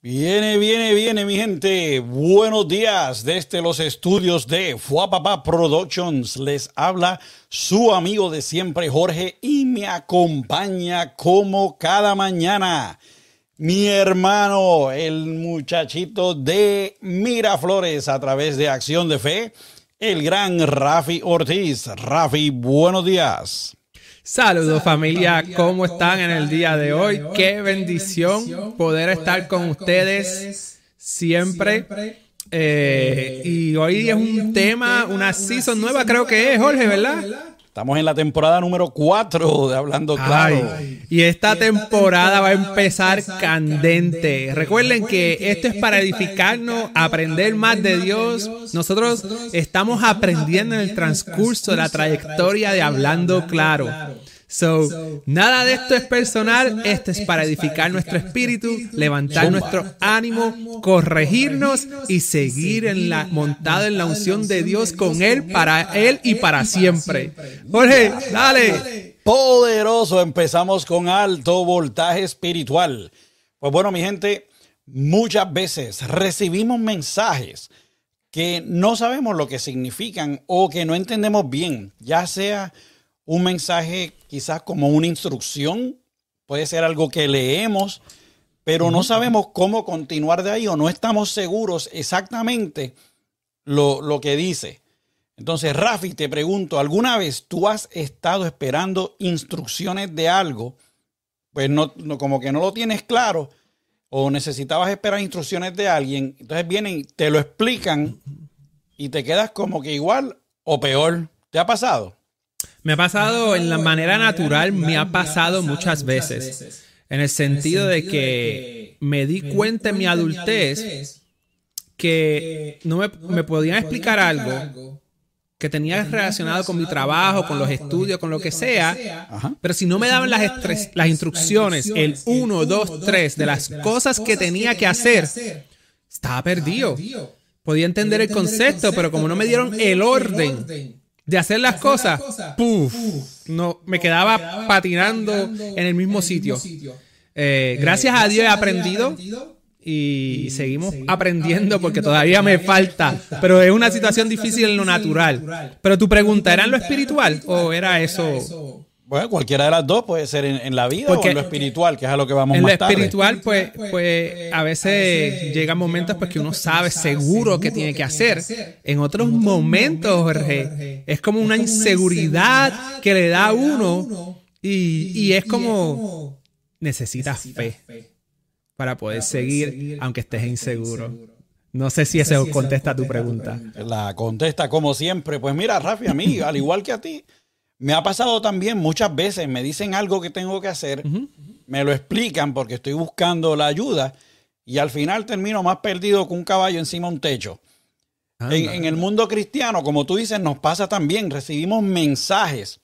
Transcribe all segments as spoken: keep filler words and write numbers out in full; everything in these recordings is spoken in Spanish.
Viene, viene, viene, mi gente. Buenos días desde los estudios de Fuapapá Productions. Les habla su amigo de siempre, Jorge, y me acompaña como cada mañana mi hermano, el muchachito de Miraflores, a través de Acción de Fe, el gran Rafi Ortiz. Rafi, buenos días. Saludos familia, ¿cómo están en el día de hoy? Qué bendición poder estar con ustedes siempre. Eh, y hoy es un tema, una season nueva creo que es, Jorge, ¿verdad? Estamos en la temporada número cuatro de Hablando Claro. Ay, y esta temporada va a empezar candente. Recuerden que esto es para edificarnos, aprender más de Dios. Nosotros estamos aprendiendo en el transcurso de la trayectoria de Hablando Claro. So, nada de esto es personal, esto es para edificar nuestro espíritu, levantar nuestro ánimo, corregirnos y seguir en la, montado en la unción de Dios con Él, para Él y para siempre. Jorge, dale. Poderoso, empezamos con alto voltaje espiritual. Pues bueno, mi gente, muchas veces recibimos mensajes que no sabemos lo que significan o que no entendemos bien, ya sea un mensaje quizás como una instrucción, puede ser algo que leemos, pero no sabemos cómo continuar de ahí o no estamos seguros exactamente lo, lo que dice. Entonces, Rafi, te pregunto, ¿alguna vez tú has estado esperando instrucciones de algo? Pues no, no, como que no lo tienes claro o necesitabas esperar instrucciones de alguien, entonces vienen, te lo explican y te quedas como que igual o peor. ¿Te ha pasado? Me ha pasado en la manera natural, me ha pasado muchas veces, en el sentido de que me di cuenta en mi adultez que no me, me podían explicar algo que tenía relacionado con mi trabajo, con los estudios, con lo que sea, Ajá. pero si no me daban las, estres, las instrucciones, el uno, dos, tres de las cosas que tenía que hacer, estaba perdido. Podía entender el concepto, pero como no me dieron el orden de hacer las cosas, puff, no, me quedaba patinando en el mismo sitio. Eh, gracias a Dios he aprendido y seguimos aprendiendo porque todavía me falta, pero es una situación difícil en lo natural. Pero tu pregunta, ¿era en lo espiritual o era eso? Bueno, cualquiera de las dos puede ser en, en la vida porque, o en lo espiritual, que es a lo que vamos más tarde. En lo espiritual, pues, pues a veces llegan momentos pues, que uno sabe seguro que tiene que hacer. En otros momentos, Jorge, es como una inseguridad que le da a uno y, y es como necesitas fe para poder seguir aunque estés inseguro. No sé si eso contesta tu pregunta. La contesta como siempre. Pues mira, Rafi, a mí, al igual que a ti, me ha pasado también muchas veces, me dicen algo que tengo que hacer, uh-huh. me lo explican porque estoy buscando la ayuda y al final termino más perdido que un caballo encima de un techo. Ah, en, en el mundo cristiano, como tú dices, nos pasa también, recibimos mensajes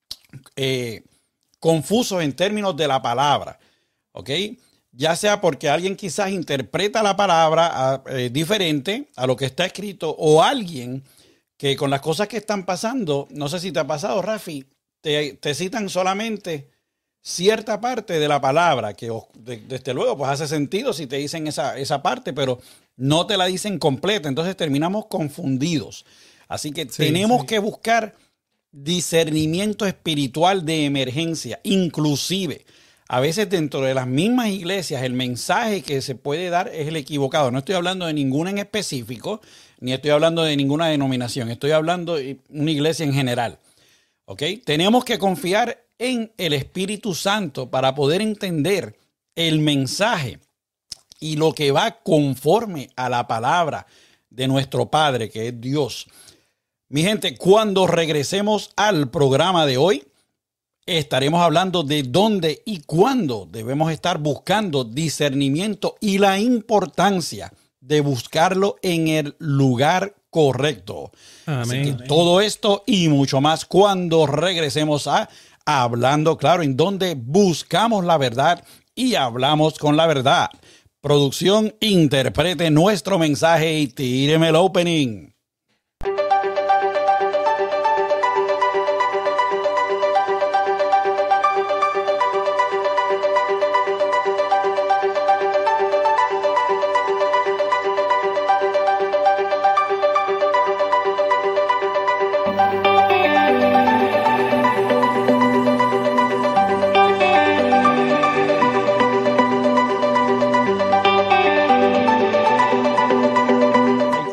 eh, confusos en términos de la palabra, ¿ok? Ya sea porque alguien quizás interpreta la palabra eh, diferente a lo que está escrito o alguien que con las cosas que están pasando, no sé si te ha pasado, Rafi, te, te citan solamente cierta parte de la palabra, que de, desde luego pues hace sentido si te dicen esa, esa parte, pero no te la dicen completa, entonces terminamos confundidos. Así que sí, tenemos sí. que buscar discernimiento espiritual de emergencia, inclusive. A veces dentro de las mismas iglesias el mensaje que se puede dar es el equivocado. No estoy hablando de ninguna en específico, ni estoy hablando de ninguna denominación. Estoy hablando de una iglesia en general. ¿Ok? Tenemos que confiar en el Espíritu Santo para poder entender el mensaje y lo que va conforme a la palabra de nuestro Padre, que es Dios. Mi gente, cuando regresemos al programa de hoy, estaremos hablando de dónde y cuándo debemos estar buscando discernimiento y la importancia de buscarlo en el lugar correcto. Amén. Así que todo esto y mucho más cuando regresemos a Hablando Claro, en donde buscamos la verdad y hablamos con la verdad. Producción, interprete nuestro mensaje y tíreme el opening.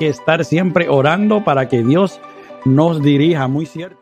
que estar siempre orando para que Dios nos dirija, muy cierto.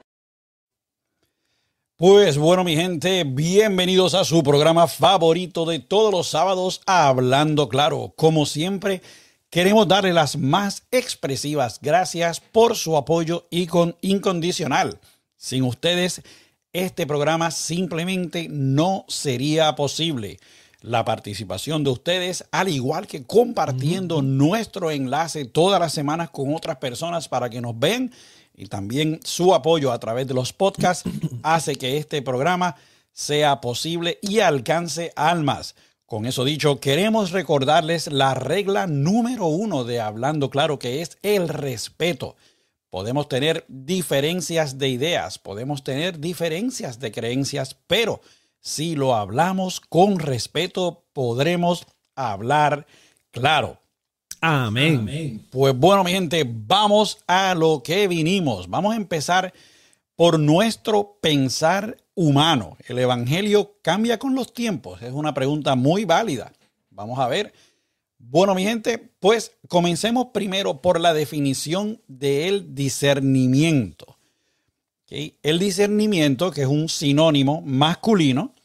Pues bueno, mi gente, bienvenidos a su programa favorito de todos los sábados, Hablando Claro. Como siempre, queremos darle las más expresivas gracias por su apoyo y con incondicional. Sin ustedes, este programa simplemente no sería posible. La participación de ustedes, al igual que compartiendo uh-huh. nuestro enlace todas las semanas con otras personas para que nos vean, y también su apoyo a través de los podcasts hace que este programa sea posible y alcance almas. Con eso dicho, queremos recordarles la regla número uno de Hablando Claro, que es el respeto. Podemos tener diferencias de ideas, podemos tener diferencias de creencias, pero si lo hablamos con respeto, podremos hablar claro. Amén. Amén. Pues bueno, mi gente, vamos a lo que vinimos. Vamos a empezar por nuestro pensar humano. ¿El evangelio cambia con los tiempos? Es una pregunta muy válida. Vamos a ver. Bueno, mi gente, pues comencemos primero por la definición del discernimiento. ¿Okay? El discernimiento, que es un sinónimo masculino,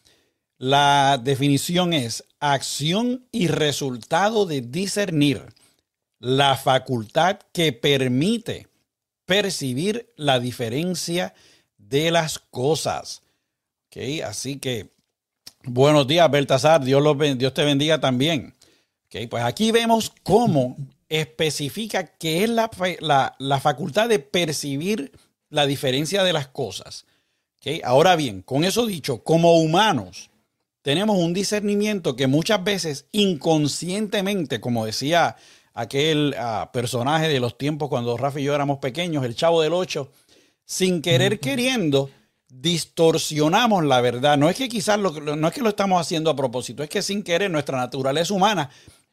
la definición es acción y resultado de discernir. La facultad que permite percibir la diferencia de las cosas. ¿Okay? Así que, buenos días, Baltasar. Dios, los, Dios te bendiga también. ¿Okay? Pues aquí vemos cómo especifica qué es la, la, la facultad de percibir la diferencia de las cosas. ¿Okay? Ahora bien, con eso dicho, como humanos, tenemos un discernimiento que muchas veces inconscientemente, como decía aquel uh, personaje de los tiempos cuando Rafa y yo éramos pequeños, el Chavo del Ocho, sin querer uh-huh. queriendo, distorsionamos la verdad. No es que quizás lo, no es que lo estamos haciendo a propósito, es que sin querer nuestra naturaleza humana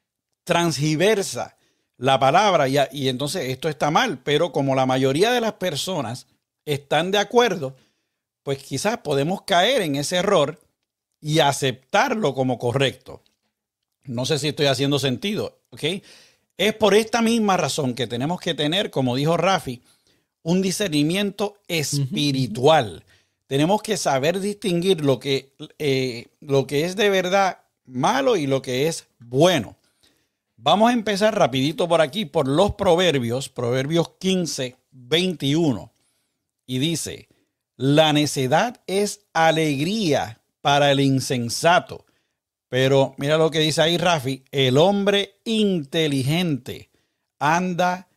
transgiversa la palabra y, y entonces esto está mal. Pero como la mayoría de las personas están de acuerdo, pues quizás podemos caer en ese error y aceptarlo como correcto. No sé si estoy haciendo sentido, ¿ok? Es por esta misma razón que tenemos que tener, como dijo Rafi, un discernimiento espiritual. Uh-huh. Tenemos que saber distinguir lo que, eh, lo que es de verdad malo y lo que es bueno. Vamos a empezar rapidito por aquí, por los proverbios, Proverbios quince, veintiuno. Y dice, la necedad es alegría para el insensato. Pero mira lo que dice ahí Rafi, el hombre inteligente anda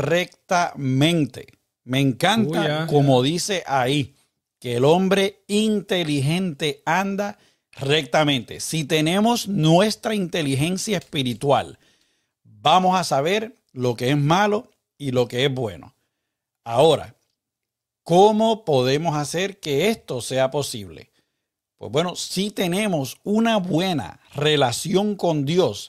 rectamente. Me encanta Uy, ya, como ya. dice ahí, que el hombre inteligente anda rectamente. Si tenemos nuestra inteligencia espiritual, vamos a saber lo que es malo y lo que es bueno. Ahora, ¿cómo podemos hacer que esto sea posible? Pues bueno, si tenemos una buena relación con Dios,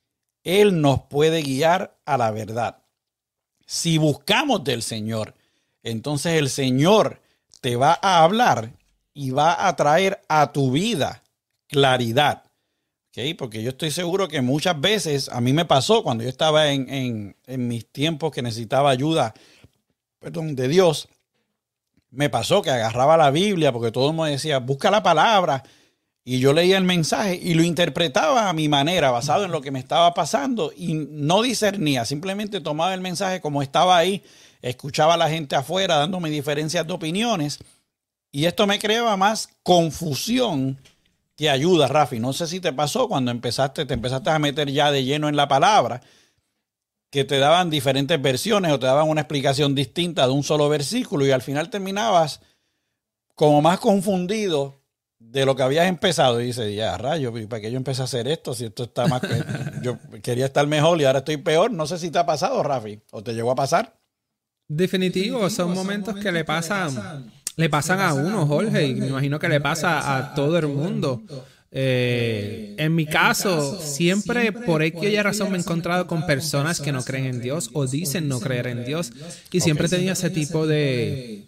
Él nos puede guiar a la verdad. Si buscamos del Señor, entonces el Señor te va a hablar y va a traer a tu vida claridad. ¿Okay? Porque yo estoy seguro que muchas veces, a mí me pasó cuando yo estaba en, en, en mis tiempos que necesitaba ayuda, perdón, de Dios. Me pasó que agarraba la Biblia porque todo el mundo decía, busca la palabra. Y yo leía el mensaje y lo interpretaba a mi manera, basado en lo que me estaba pasando. Y no discernía, simplemente tomaba el mensaje como estaba ahí. Escuchaba a la gente afuera dándome diferencias de opiniones. Y esto me creaba más confusión que ayuda, Rafi. No sé si te pasó cuando empezaste, te empezaste a meter ya de lleno en la palabra, que te daban diferentes versiones o te daban una explicación distinta de un solo versículo y al final terminabas como más confundido de lo que habías empezado. Y dices, ya, rayo, ¿para qué yo empecé a hacer esto? Si esto está más... yo quería estar mejor y ahora estoy peor. No sé si te ha pasado, Rafi, o te llegó a pasar. Definitivo, Definitivo son, son momentos, momentos que le pasan, le pasan, le pasan a uno, Jorge, y me imagino que le pasa a todo el mundo. Eh, en mi caso, siempre por aquella razón me he encontrado con personas que no creen en Dios o dicen no creer en Dios y siempre he tenido ese tipo de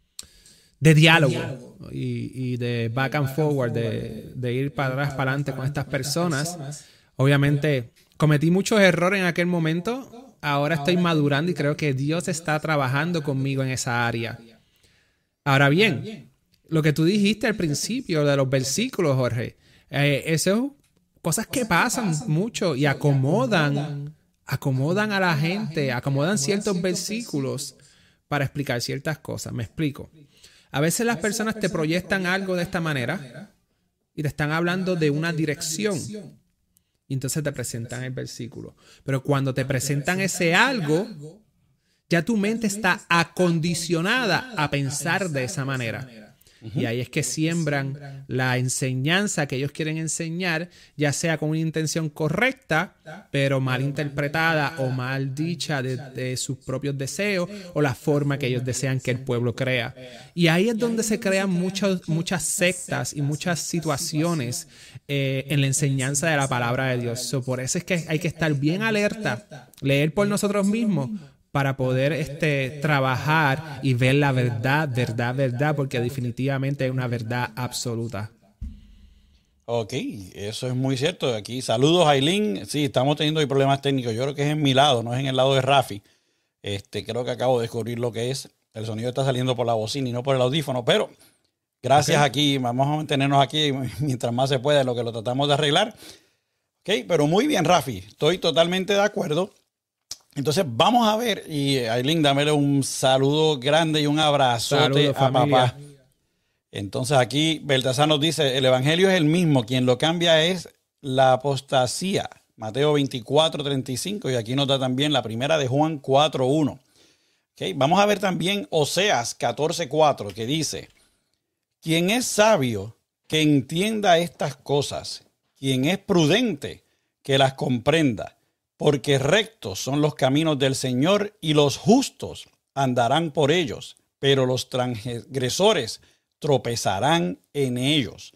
de diálogo y, y de back and forward, de, de ir para atrás, para adelante con estas personas. Obviamente cometí muchos errores en aquel momento ahora estoy madurando y creo que Dios está trabajando conmigo en esa área. Ahora bien, lo que tú dijiste al principio de los versículos, Jorge, eh, eso es cosas que pasan mucho y acomodan, acomodan a la gente, acomodan ciertos versículos para explicar ciertas cosas. Me explico. A veces las personas te proyectan algo de esta manera y te están hablando de una dirección. Y entonces te presentan el versículo. Pero cuando te presentan ese algo, ya tu mente está acondicionada a pensar de esa manera. Uh-huh. Y ahí es que siembran la enseñanza que ellos quieren enseñar, ya sea con una intención correcta, pero mal interpretada o mal dicha de, de sus propios deseos o la forma que ellos desean que el pueblo crea. Y ahí es donde se crean muchos, muchas sectas y muchas situaciones eh, en la enseñanza de la palabra de Dios. So, por eso es que hay que estar bien alerta, leer por nosotros mismos, para poder este, trabajar y ver la verdad, verdad, verdad, porque definitivamente es una verdad absoluta. Ok, eso es muy cierto. Aquí, saludos, Aileen. Sí, estamos teniendo problemas técnicos. Yo creo que es en mi lado, no es en el lado de Rafi. Este, creo que acabo de descubrir lo que es. El sonido está saliendo por la bocina y no por el audífono, pero gracias okay. Aquí. Vamos a mantenernos aquí mientras más se pueda, lo que lo tratamos de arreglar. Ok, pero muy bien, Rafi. Estoy totalmente de acuerdo. Entonces vamos a ver, y Aileen, dámele un saludo grande y un abrazote Saludo, a familia. Papá. Entonces aquí Baltasar nos dice, el evangelio es el mismo, quien lo cambia es la apostasía. Mateo veinticuatro, treinta y cinco, y aquí nos da también la primera de Juan cuatro, uno. Okay, vamos a ver también Oseas catorce, cuatro, que dice, quien es sabio, que entienda estas cosas, quien es prudente, que las comprenda. Porque rectos son los caminos del Señor y los justos andarán por ellos, pero los transgresores tropezarán en ellos.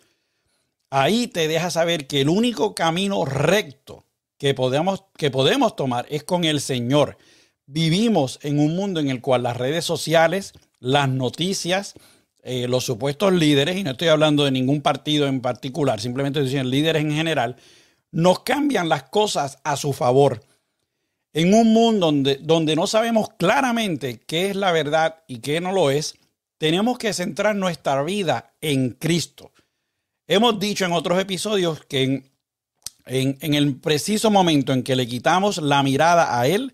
Ahí te deja saber que el único camino recto que podemos, que podemos tomar es con el Señor. Vivimos en un mundo en el cual las redes sociales, las noticias, eh, los supuestos líderes, y no estoy hablando de ningún partido en particular, simplemente estoy diciendo líderes en general, nos cambian las cosas a su favor. En un mundo donde, donde no sabemos claramente qué es la verdad y qué no lo es, tenemos que centrar nuestra vida en Cristo. Hemos dicho en otros episodios que en, en, en el preciso momento en que le quitamos la mirada a Él,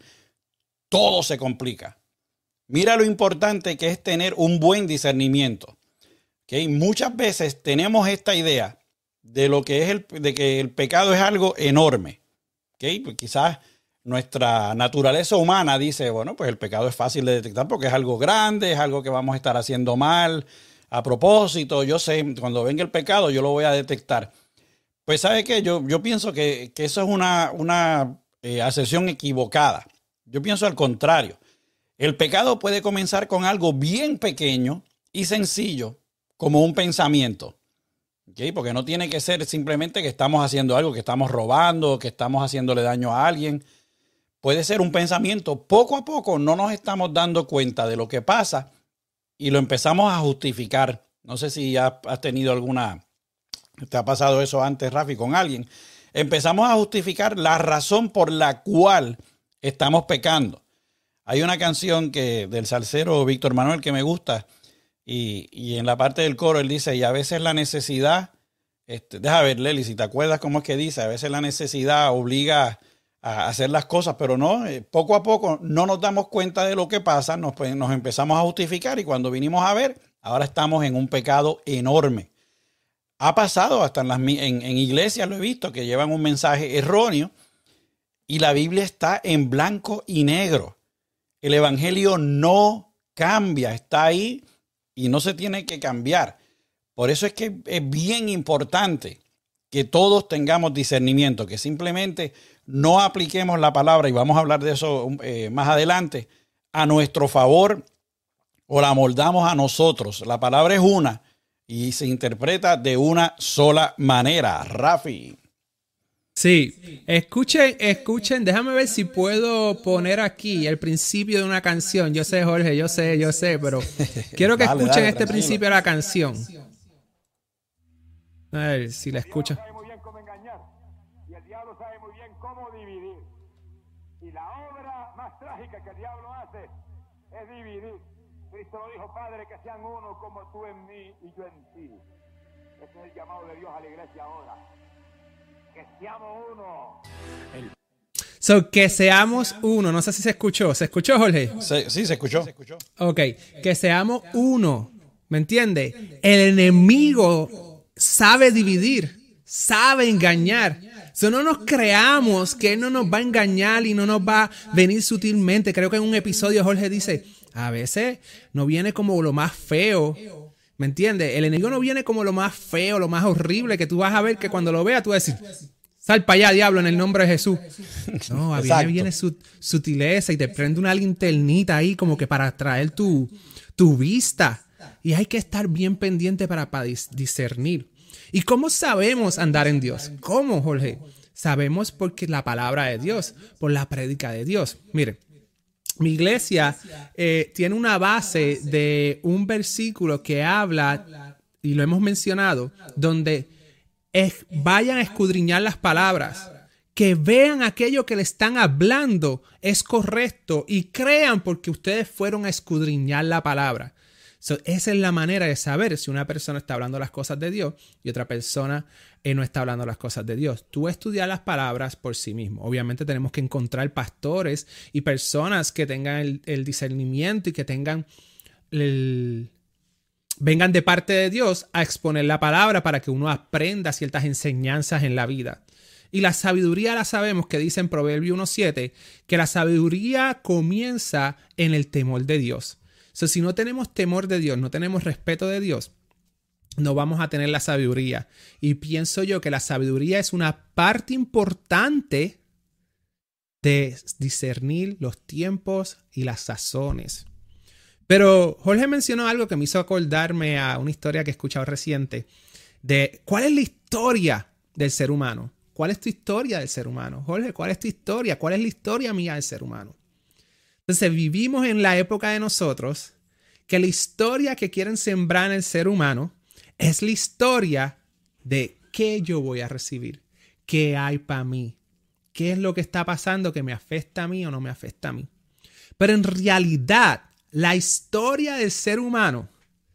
todo se complica. Mira lo importante que es tener un buen discernimiento. ¿Okay? Muchas veces tenemos esta idea de lo que es el, de que el pecado es algo enorme. ¿Okay? Pues quizás nuestra naturaleza humana dice, bueno, pues el pecado es fácil de detectar porque es algo grande, es algo que vamos a estar haciendo mal a propósito. Yo sé, cuando venga el pecado yo lo voy a detectar. Pues ¿sabe qué? Yo, yo pienso que, que eso es una, una eh, acepción equivocada. Yo pienso al contrario. El pecado puede comenzar con algo bien pequeño y sencillo, como un pensamiento. ¿Okay? Porque no tiene que ser simplemente que estamos haciendo algo, que estamos robando, que estamos haciéndole daño a alguien. Puede ser un pensamiento. Poco a poco no nos estamos dando cuenta de lo que pasa y lo empezamos a justificar. No sé si ya has tenido alguna, te ha pasado eso antes, Rafi, con alguien. Empezamos a justificar la razón por la cual estamos pecando. Hay una canción que del salsero Víctor Manuel que me gusta y, y en la parte del coro él dice, y a veces la necesidad, este, deja ver, Leli, si te acuerdas cómo es que dice, a veces la necesidad obliga a hacer las cosas, pero no, eh, poco a poco no nos damos cuenta de lo que pasa, nos, pues, nos empezamos a justificar y cuando vinimos a ver, ahora estamos en un pecado enorme. Ha pasado hasta en, las, en, en iglesias, lo he visto, que llevan un mensaje erróneo y la Biblia está en blanco y negro. El evangelio no cambia, está ahí y no se tiene que cambiar. Por eso es que es bien importante que todos tengamos discernimiento, que simplemente no apliquemos la palabra, y vamos a hablar de eso eh, más adelante, a nuestro favor o la moldamos a nosotros. La palabra es una y se interpreta de una sola manera. Rafi. Sí, escuchen, escuchen, déjame ver si puedo poner aquí el principio de una canción. Yo sé, Jorge, yo sé, yo sé, pero quiero que dale, escuchen dale, este tranquilo. Principio de la canción. A ver si la escuchan. El diablo sabe muy bien cómo engañar y el diablo sabe muy bien cómo dividir. Y la obra más trágica que el diablo hace es dividir. Cristo lo dijo, Padre, que sean uno como tú en mí y yo en ti. Ese es el llamado de Dios a la iglesia ahora. Que seamos uno. El... So, que seamos uno. No sé si se escuchó. ¿Se escuchó, Jorge? Sí, sí, se escuchó. Ok. Que seamos uno. ¿Me entiendes? El enemigo sabe dividir, sabe engañar. So, no nos creamos que Él no nos va a engañar y no nos va a venir sutilmente. Creo que en un episodio Jorge dice, a veces no viene como lo más feo. ¿Me entiendes? El enemigo no viene como lo más feo, lo más horrible, que tú vas a ver que cuando lo veas tú vas a decir, sal para allá, diablo, en el nombre de Jesús. No, a viene, viene su sutileza y te prende una linternita ahí como que para atraer tu, tu vista. Y hay que estar bien pendiente para, para discernir. ¿Y cómo sabemos andar en Dios? ¿Cómo, Jorge? Sabemos porque la palabra de Dios, por la prédica de Dios. Mire, mi iglesia eh, tiene una base de un versículo que habla, y lo hemos mencionado, donde es, vayan a escudriñar las palabras, que vean aquello que le están hablando es correcto y crean porque ustedes fueron a escudriñar la palabra. So, esa es la manera de saber si una persona está hablando las cosas de Dios y otra persona eh, no está hablando las cosas de Dios. Tú estudiar las palabras por sí mismo. Obviamente tenemos que encontrar pastores y personas que tengan el, el discernimiento y que tengan el, vengan de parte de Dios a exponer la palabra para que uno aprenda ciertas enseñanzas en la vida. Y la sabiduría la sabemos que dice en Proverbios uno siete que la sabiduría comienza en el temor de Dios. So, si no tenemos temor de Dios, no tenemos respeto de Dios, no vamos a tener la sabiduría. Y pienso yo que la sabiduría es una parte importante de discernir los tiempos y las sazones. Pero Jorge mencionó algo que me hizo acordarme a una historia que he escuchado reciente de cuál es la historia del ser humano. ¿Cuál es tu historia del ser humano? Jorge, ¿cuál es tu historia? ¿Cuál es la historia mía del ser humano? Entonces vivimos en la época de nosotros que la historia que quieren sembrar en el ser humano es la historia de qué yo voy a recibir, qué hay para mí, qué es lo que está pasando que me afecta a mí o no me afecta a mí. Pero en realidad la historia del ser humano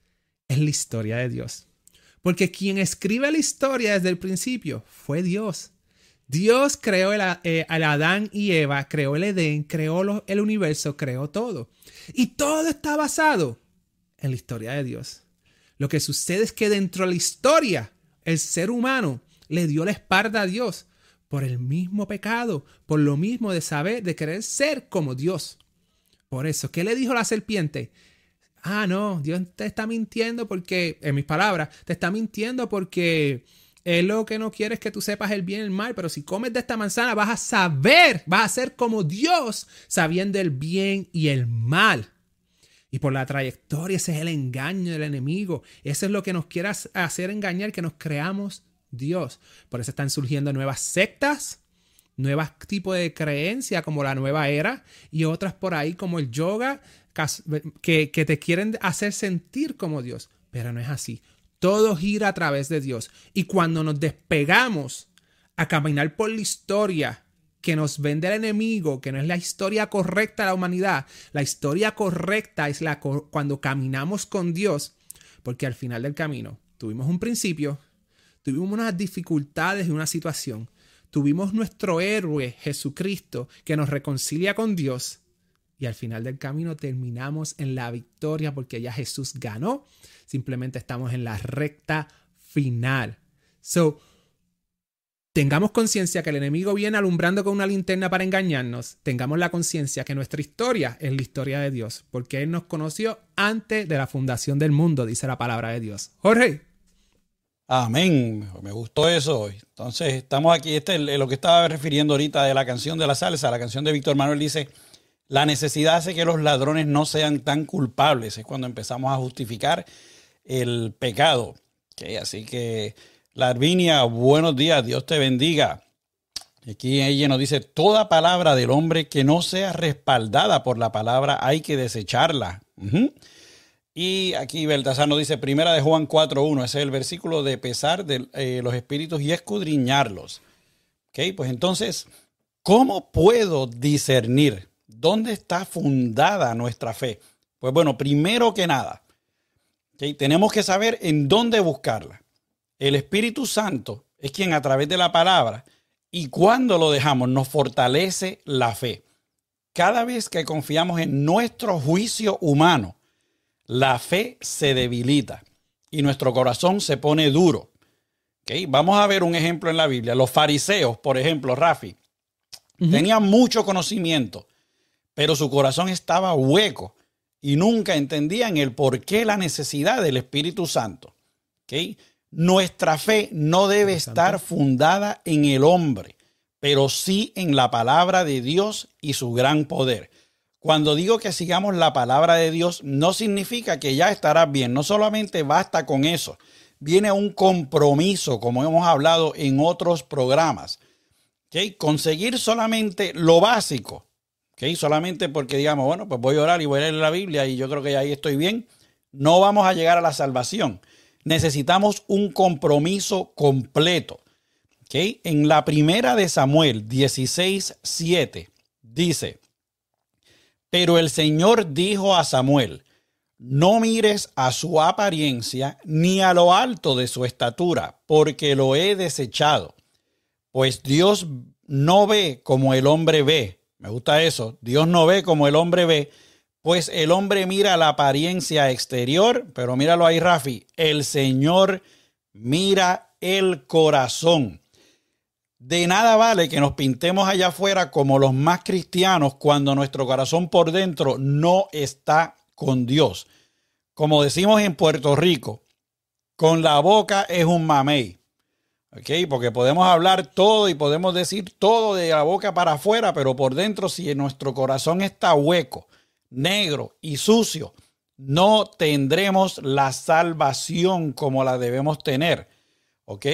es la historia de Dios. Porque quien escribe la historia desde el principio fue Dios. Dios creó el, eh, el Adán y Eva, creó el Edén, creó lo, el universo, creó todo. Y todo está basado en la historia de Dios. Lo que sucede es que dentro de la historia, el ser humano le dio la espalda a Dios por el mismo pecado, por lo mismo de saber, de querer ser como Dios. Por eso, ¿qué le dijo la serpiente? Ah, no, Dios te está mintiendo porque, en mis palabras, te está mintiendo porque Él lo que no quiere es que tú sepas el bien y el mal, pero si comes de esta manzana vas a saber, vas a ser como Dios, sabiendo el bien y el mal. Y por la trayectoria, ese es el engaño del enemigo. Eso es lo que nos quiere hacer engañar, que nos creamos Dios. Por eso están surgiendo nuevas sectas, nuevos tipos de creencias como la nueva era y otras por ahí como el yoga, que, que te quieren hacer sentir como Dios. Pero no es así. Todo gira a través de Dios. Y cuando nos despegamos a caminar por la historia que nos vende el enemigo, que no es la historia correcta de la humanidad, la historia correcta es la co- cuando caminamos con Dios, porque al final del camino tuvimos un principio, tuvimos unas dificultades y una situación, tuvimos nuestro héroe Jesucristo que nos reconcilia con Dios y al final del camino terminamos en la victoria porque ya Jesús ganó. Simplemente estamos en la recta final. So, tengamos conciencia que el enemigo viene alumbrando con una linterna para engañarnos. Tengamos la conciencia que nuestra historia es la historia de Dios, porque Él nos conoció antes de la fundación del mundo, dice la palabra de Dios. Jorge. Amén. Me gustó eso. Entonces, estamos aquí. Este es lo que estaba refiriendo ahorita de la canción de la salsa. La canción de Víctor Manuel dice: la necesidad hace que los ladrones no sean tan culpables. Es cuando empezamos a justificar el pecado. Okay, así que, Larvinia, buenos días. Dios te bendiga. Aquí ella nos dice: toda palabra del hombre que no sea respaldada por la palabra hay que desecharla. Uh-huh. Y aquí Baltasar nos dice, primera de Juan cuatro uno, ese es el versículo de pesar de eh, los espíritus y escudriñarlos. Ok, pues entonces ¿Cómo puedo discernir dónde está fundada nuestra fe? Pues bueno, primero que nada, ¿okay? Tenemos que saber en dónde buscarla. El Espíritu Santo es quien a través de la palabra y cuando lo dejamos nos fortalece la fe. Cada vez que confiamos en nuestro juicio humano, la fe se debilita y nuestro corazón se pone duro. ¿Okay? Vamos a ver un ejemplo en la Biblia. Los fariseos, por ejemplo, Rafi, uh-huh. tenían mucho conocimiento, pero su corazón estaba hueco y nunca entendían el porqué, la necesidad del Espíritu Santo. ¿Okay? Nuestra fe no debe estar fundada en el hombre, pero sí en la palabra de Dios y su gran poder. Cuando digo que sigamos la palabra de Dios, no significa que ya estarás bien. No solamente basta con eso. Viene un compromiso, como hemos hablado en otros programas. ¿Okay? Conseguir solamente lo básico. ¿Okay? Solamente porque digamos, bueno, pues voy a orar y voy a leer la Biblia y yo creo que ahí estoy bien. No vamos a llegar a la salvación. Necesitamos un compromiso completo. ¿Okay? En la primera de Samuel dieciséis siete dice: pero el Señor dijo a Samuel, no mires a su apariencia ni a lo alto de su estatura, porque lo he desechado. Pues Dios no ve como el hombre ve. Me gusta eso. Dios no ve como el hombre ve. Pues el hombre mira la apariencia exterior, pero míralo ahí, Rafi. El Señor mira el corazón. De nada vale que nos pintemos allá afuera como los más cristianos cuando nuestro corazón por dentro no está con Dios. Como decimos en Puerto Rico, con la boca es un mamey. ¿Okay? Porque podemos hablar todo y podemos decir todo de la boca para afuera, pero por dentro, si nuestro corazón está hueco, negro y sucio, no tendremos la salvación como la debemos tener. ¿Ok?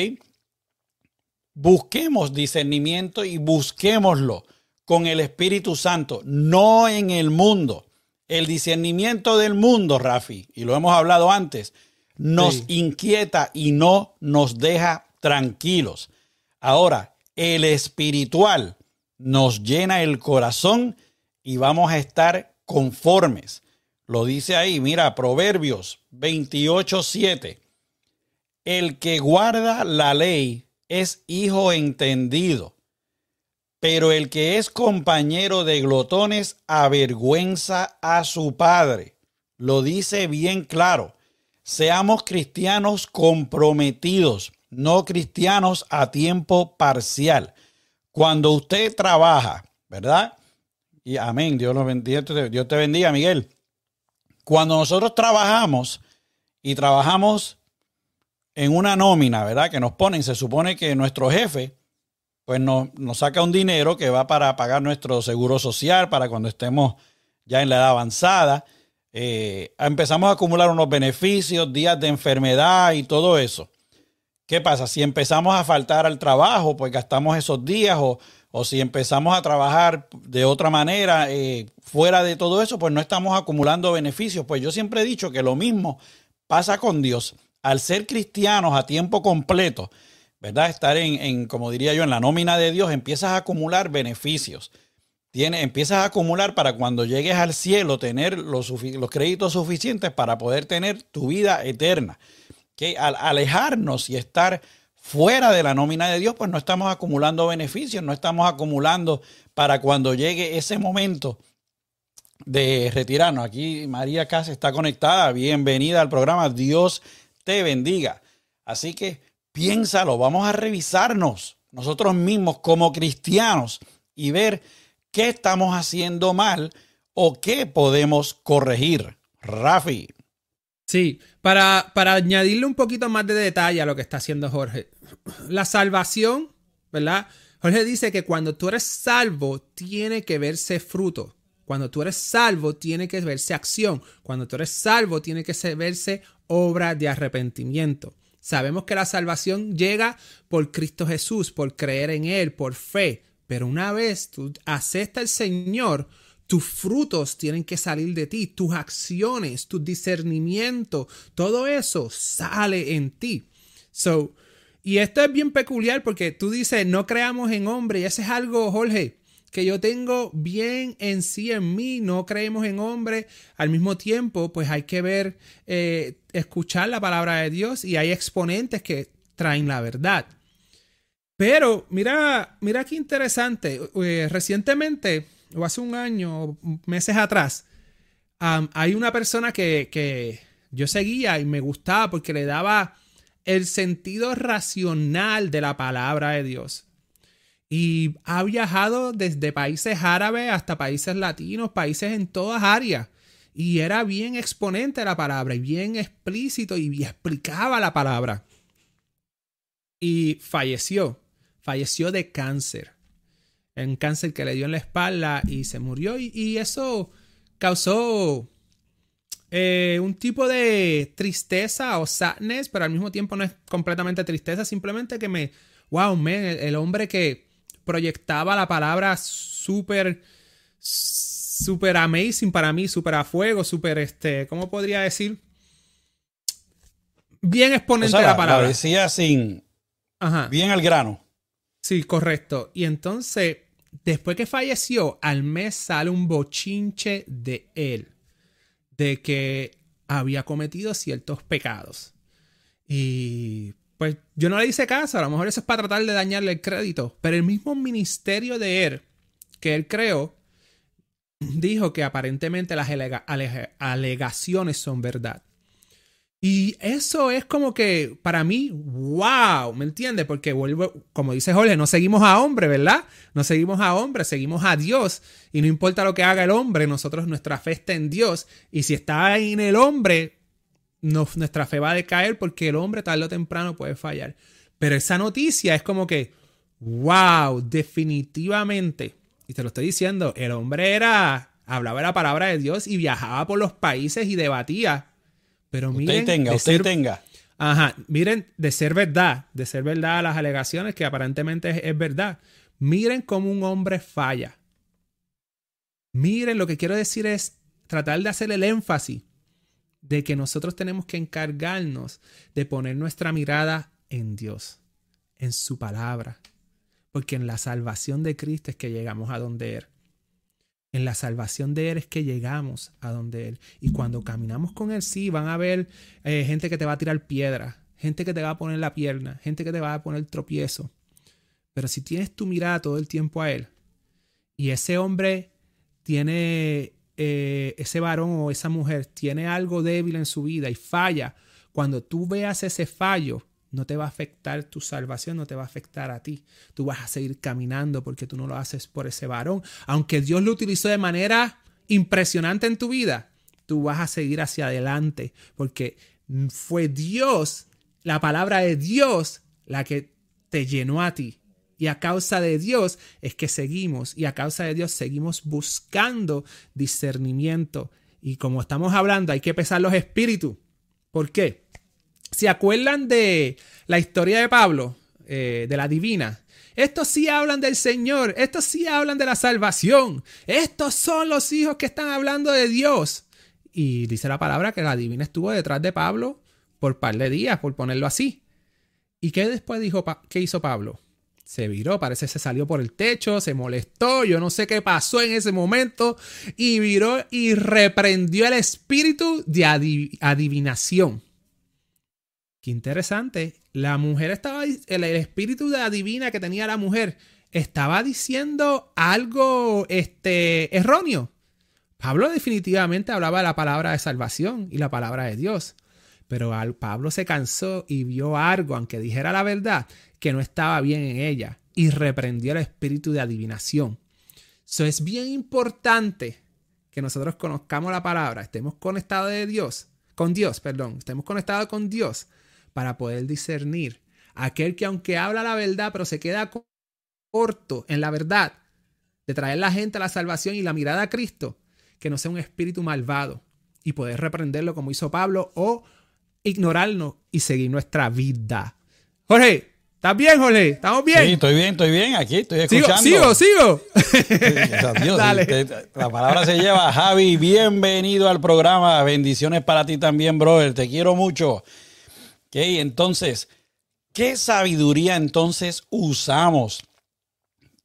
Busquemos discernimiento y busquémoslo con el Espíritu Santo, no en el mundo. El discernimiento del mundo, Rafi, y lo hemos hablado antes, nos sí. inquieta y no nos deja tranquilos. Ahora, el espiritual nos llena el corazón y vamos a estar conformes. Lo dice ahí, mira, Proverbios veintiocho siete. El que guarda la ley es hijo entendido, pero el que es compañero de glotones avergüenza a su padre. Lo dice bien claro. Seamos cristianos comprometidos, no cristianos a tiempo parcial. Cuando usted trabaja, ¿verdad? Y amén, Dios, los bendiga, Dios te bendiga, Miguel. Cuando nosotros trabajamos y trabajamos en una nómina, ¿verdad? Que nos ponen, se supone que nuestro jefe pues nos, nos saca un dinero que va para pagar nuestro seguro social para cuando estemos ya en la edad avanzada. Eh, empezamos a acumular unos beneficios, días de enfermedad y todo eso. ¿Qué pasa? Si empezamos a faltar al trabajo, pues gastamos esos días o, o si empezamos a trabajar de otra manera eh, fuera de todo eso, pues no estamos acumulando beneficios. Pues yo siempre he dicho que lo mismo pasa con Dios. Al ser cristianos a tiempo completo, ¿verdad? Estar en, en, como diría yo, en la nómina de Dios, empiezas a acumular beneficios. Tiene, empiezas a acumular para cuando llegues al cielo tener los, los créditos suficientes para poder tener tu vida eterna. Que al alejarnos y estar fuera de la nómina de Dios, pues no estamos acumulando beneficios, no estamos acumulando para cuando llegue ese momento de retirarnos. Aquí María Casa está conectada. Bienvenida al programa. Dios te bendiga. Así que piénsalo, vamos a revisarnos nosotros mismos como cristianos y ver qué estamos haciendo mal o qué podemos corregir. Rafi. Sí, para, para añadirle un poquito más de detalle a lo que está haciendo Jorge. La salvación, ¿verdad? Jorge dice que cuando tú eres salvo, tiene que verse fruto. Cuando tú eres salvo, tiene que verse acción. Cuando tú eres salvo, tiene que verse obra de arrepentimiento. Sabemos que la salvación llega por Cristo Jesús, por creer en Él, por fe. Pero una vez tú aceptas al Señor, tus frutos tienen que salir de ti, tus acciones, tu discernimiento, todo eso sale en ti. So, y esto es bien peculiar porque tú dices, no creamos en hombre, y eso es algo, Jorge, que yo tengo bien en sí, en mí, no creemos en hombre. Al mismo tiempo, pues hay que ver, eh, escuchar la palabra de Dios y hay exponentes que traen la verdad. Pero mira, mira qué interesante. Eh, recientemente, o hace un año, meses atrás, um, hay una persona que, que yo seguía y me gustaba porque le daba el sentido racional de la palabra de Dios. Y ha viajado desde países árabes hasta países latinos, países en todas áreas. Y era bien exponente de la palabra y bien explícito y explicaba la palabra. Y falleció. Falleció de cáncer. Un cáncer que le dio en la espalda y se murió. Y, y eso causó eh, un tipo de tristeza o sadness, pero al mismo tiempo no es completamente tristeza. Simplemente que me... Wow, man, el, el hombre que proyectaba la palabra súper, súper amazing para mí, súper a fuego, súper, este, ¿cómo podría decir? Bien exponente o sea, de la palabra. La decía sin, Ajá. Bien al grano. Sí, correcto. Y entonces, después que falleció, al mes sale un bochinche de él, de que había cometido ciertos pecados. Y... pues yo no le hice caso, a lo mejor eso es para tratar de dañarle el crédito, pero el mismo ministerio de él, que él creó, dijo que aparentemente las alega- alega- alegaciones son verdad. Y eso es como que, para mí, wow, ¿me entiendes? Porque vuelvo, como dice Jorge, no seguimos a hombre, ¿verdad? No seguimos a hombre, seguimos a Dios. Y no importa lo que haga el hombre, nosotros, nuestra fe está en Dios. Y si está en el hombre... No, nuestra fe va a decaer porque el hombre tarde o temprano puede fallar. Pero esa noticia es como que, wow, definitivamente, y te lo estoy diciendo, el hombre era, hablaba la palabra de Dios y viajaba por los países y debatía. Pero miren, usted tenga, de usted ser, tenga. Ajá, miren, de ser verdad, de ser verdad las alegaciones que aparentemente es, es verdad. Miren cómo un hombre falla. Miren, lo que quiero decir es tratar de hacer el énfasis de que nosotros tenemos que encargarnos de poner nuestra mirada en Dios, en su palabra, porque en la salvación de Cristo es que llegamos a donde Él. En la salvación de Él es que llegamos a donde Él. Y cuando caminamos con Él, sí, van a haber eh, gente que te va a tirar piedra, gente que te va a poner la pierna, gente que te va a poner tropiezo. Pero si tienes tu mirada todo el tiempo a Él, y ese hombre tiene... Eh, ese varón o esa mujer tiene algo débil en su vida y falla, cuando tú veas ese fallo, no te va a afectar tu salvación, no te va a afectar a ti. Tú vas a seguir caminando porque tú no lo haces por ese varón. Aunque Dios lo utilizó de manera impresionante en tu vida, tú vas a seguir hacia adelante porque fue Dios, la palabra de Dios, la que te llenó a ti. Y a causa de Dios es que seguimos. Y a causa de Dios seguimos buscando discernimiento. Y como estamos hablando, hay que pesar los espíritus. ¿Por qué? ¿Se acuerdan de la historia de Pablo, eh, de la divina? Estos sí hablan del Señor. Estos sí hablan de la salvación. Estos son los hijos que están hablando de Dios. Y dice la palabra que la divina estuvo detrás de Pablo por un par de días, por ponerlo así. ¿Y qué después dijo? ¿Qué hizo Pablo? Se viró, parece que se salió por el techo, se molestó, yo no sé qué pasó en ese momento, y viró y reprendió el espíritu de adiv- adivinación. Qué interesante. La mujer estaba, el, el espíritu de adivina que tenía la mujer estaba diciendo algo este, erróneo. Pablo definitivamente hablaba de la palabra de salvación y la palabra de Dios. Pero al Pablo se cansó y vio algo, aunque dijera la verdad, que no estaba bien en ella y reprendió el espíritu de adivinación. Eso es bien importante que nosotros conozcamos la palabra, estemos conectados de Dios, con Dios, perdón, estemos conectados con Dios para poder discernir aquel que aunque habla la verdad, pero se queda corto en la verdad de traer a la gente a la salvación y la mirada a Cristo, que no sea un espíritu malvado y poder reprenderlo como hizo Pablo o ignorarnos y seguir nuestra vida. Jorge, ¿estás bien, Jorge? ¿Estamos bien? Sí, estoy bien, estoy bien. Aquí estoy escuchando. Sigo, sigo, sigo. Sí, o sea, Dios, Dale. sí, te- la palabra se lleva. Javi, bienvenido al programa. Bendiciones para ti también, brother. Te quiero mucho. Ok, entonces, ¿qué sabiduría entonces usamos?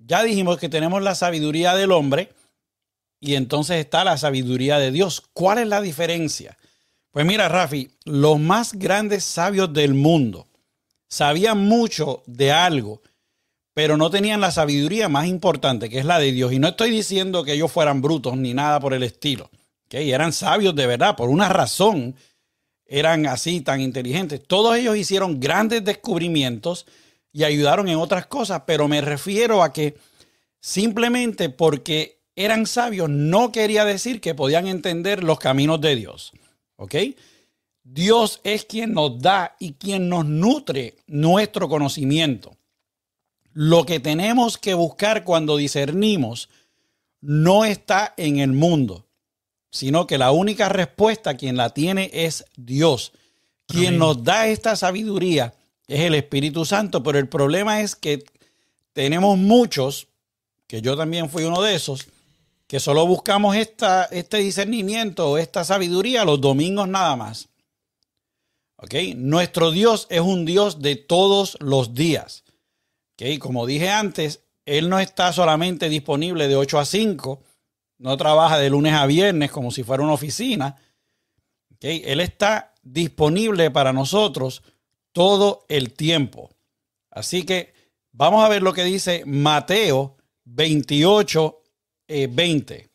Ya dijimos que tenemos la sabiduría del hombre y entonces está la sabiduría de Dios. ¿Cuál es la diferencia? Pues mira, Rafi, los más grandes sabios del mundo sabían mucho de algo, pero no tenían la sabiduría más importante, que es la de Dios. Y no estoy diciendo que ellos fueran brutos ni nada por el estilo. ¿Okay? Eran sabios de verdad, por una razón eran así tan inteligentes. Todos ellos hicieron grandes descubrimientos y ayudaron en otras cosas, pero me refiero a que simplemente porque eran sabios no quería decir que podían entender los caminos de Dios. ¿Ok? Dios es quien nos da y quien nos nutre nuestro conocimiento. Lo que tenemos que buscar cuando discernimos no está en el mundo, sino que la única respuesta quien la tiene es Dios. Quien Amén. Nos da esta sabiduría es el Espíritu Santo, pero el problema es que tenemos muchos, que yo también fui uno de esos, que solo buscamos esta, este discernimiento o esta sabiduría los domingos nada más. ¿Okay? Nuestro Dios es un Dios de todos los días. ¿Okay? Como dije antes, Él no está solamente disponible de ocho a cinco, no trabaja de lunes a viernes como si fuera una oficina. ¿Okay? Él está disponible para nosotros todo el tiempo. Así que vamos a ver lo que dice Mateo veintiocho, veinte.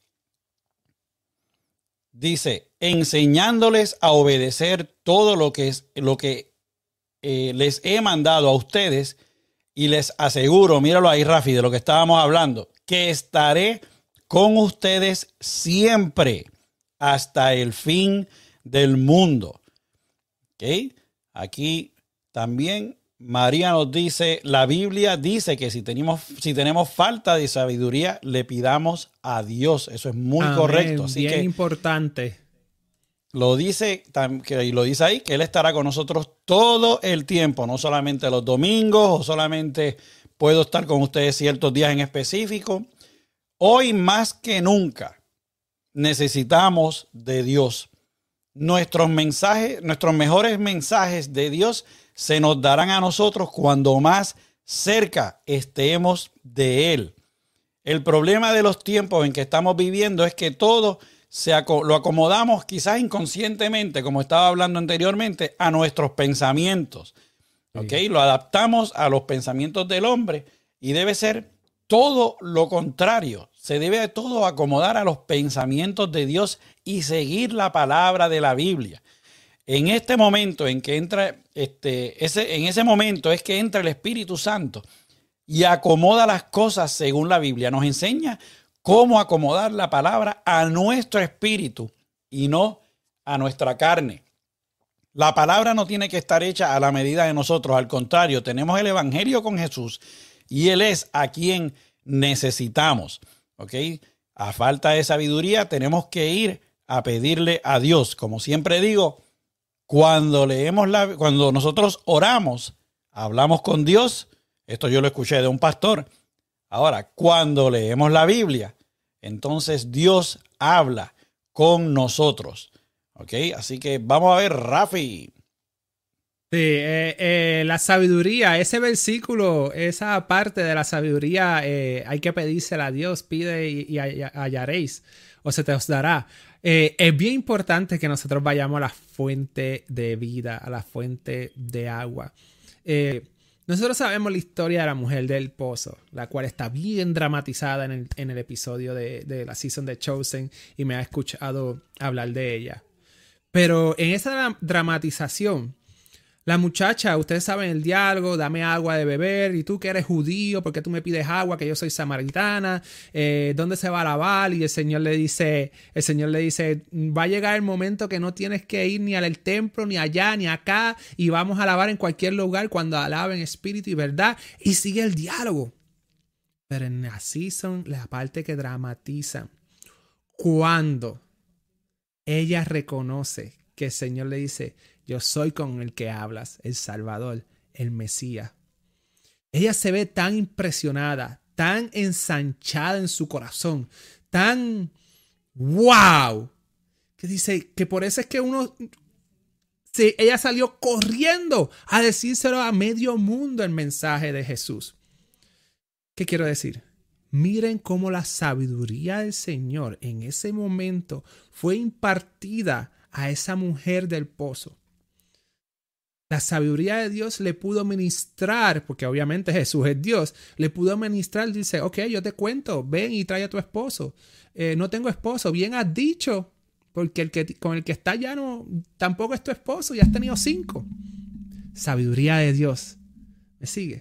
Dice, enseñándoles a obedecer todo lo que, es, lo que eh, les he mandado a ustedes, y les aseguro, míralo ahí, Rafi, de lo que estábamos hablando, que estaré con ustedes siempre hasta el fin del mundo. ¿Okay? Aquí también María nos dice, la Biblia dice que si tenemos, si tenemos falta de sabiduría, le pidamos a Dios. Eso es muy Amén, correcto. Así bien que importante. Lo dice, y lo dice ahí, que Él estará con nosotros todo el tiempo, no solamente los domingos o solamente puedo estar con ustedes ciertos días en específico. Hoy más que nunca necesitamos de Dios. Nuestros mensajes, nuestros mejores mensajes de Dios se nos darán a nosotros cuando más cerca estemos de Él. El problema de los tiempos en que estamos viviendo es que todo se aco- lo acomodamos quizás inconscientemente, como estaba hablando anteriormente, a nuestros pensamientos. ¿Okay? Lo adaptamos a los pensamientos del hombre y debe ser todo lo contrario. Se debe de todo acomodar a los pensamientos de Dios y seguir la palabra de la Biblia. En este momento en que entra, este, ese, en ese momento es que entra el Espíritu Santo y acomoda las cosas según la Biblia. Nos enseña cómo acomodar la palabra a nuestro espíritu y no a nuestra carne. La palabra no tiene que estar hecha a la medida de nosotros. Al contrario, tenemos el Evangelio con Jesús y Él es a quien necesitamos. ¿Ok? A falta de sabiduría tenemos que ir a pedirle a Dios. Como siempre digo, cuando leemos la, cuando nosotros oramos, hablamos con Dios. Esto yo lo escuché de un pastor. Ahora, cuando leemos la Biblia, entonces Dios habla con nosotros. ¿Ok? Así que vamos a ver, Rafi. Sí, eh, eh, la sabiduría, ese versículo, esa parte de la sabiduría, eh, hay que pedírsela a Dios, pide y, y hallaréis, o se te os dará. Eh, es bien importante que nosotros vayamos a la fuente de vida, a la fuente de agua. Eh, nosotros sabemos la historia de la mujer del pozo, la cual está bien dramatizada en el, en el episodio de, de la season de Chosen y me ha escuchado hablar de ella. Pero en esa dramatización, la muchacha, ustedes saben el diálogo, dame agua de beber, y tú que eres judío, ¿por qué tú me pides agua? Que yo soy samaritana, eh, ¿dónde se va a lavar? Y el Señor le dice, el Señor le dice, va a llegar el momento que no tienes que ir ni al templo, ni allá, ni acá, y vamos a lavar en cualquier lugar cuando alaben espíritu y verdad, y sigue el diálogo. Pero en la season, la parte que dramatizan, cuando ella reconoce que el Señor le dice, yo soy con el que hablas, el Salvador, el Mesías. Ella se ve tan impresionada, tan ensanchada en su corazón, tan wow, que dice que por eso es que uno, sí, ella salió corriendo a decírselo a medio mundo el mensaje de Jesús. ¿Qué quiero decir? Miren cómo la sabiduría del Señor en ese momento fue impartida a esa mujer del pozo. La sabiduría de Dios le pudo ministrar, porque obviamente Jesús es Dios, le pudo ministrar, dice, ok, yo te cuento, ven y trae a tu esposo. Eh, no tengo esposo, bien has dicho, porque el que, con el que está ya no, tampoco es tu esposo, ya has tenido cinco. Sabiduría de Dios. ¿Me sigue?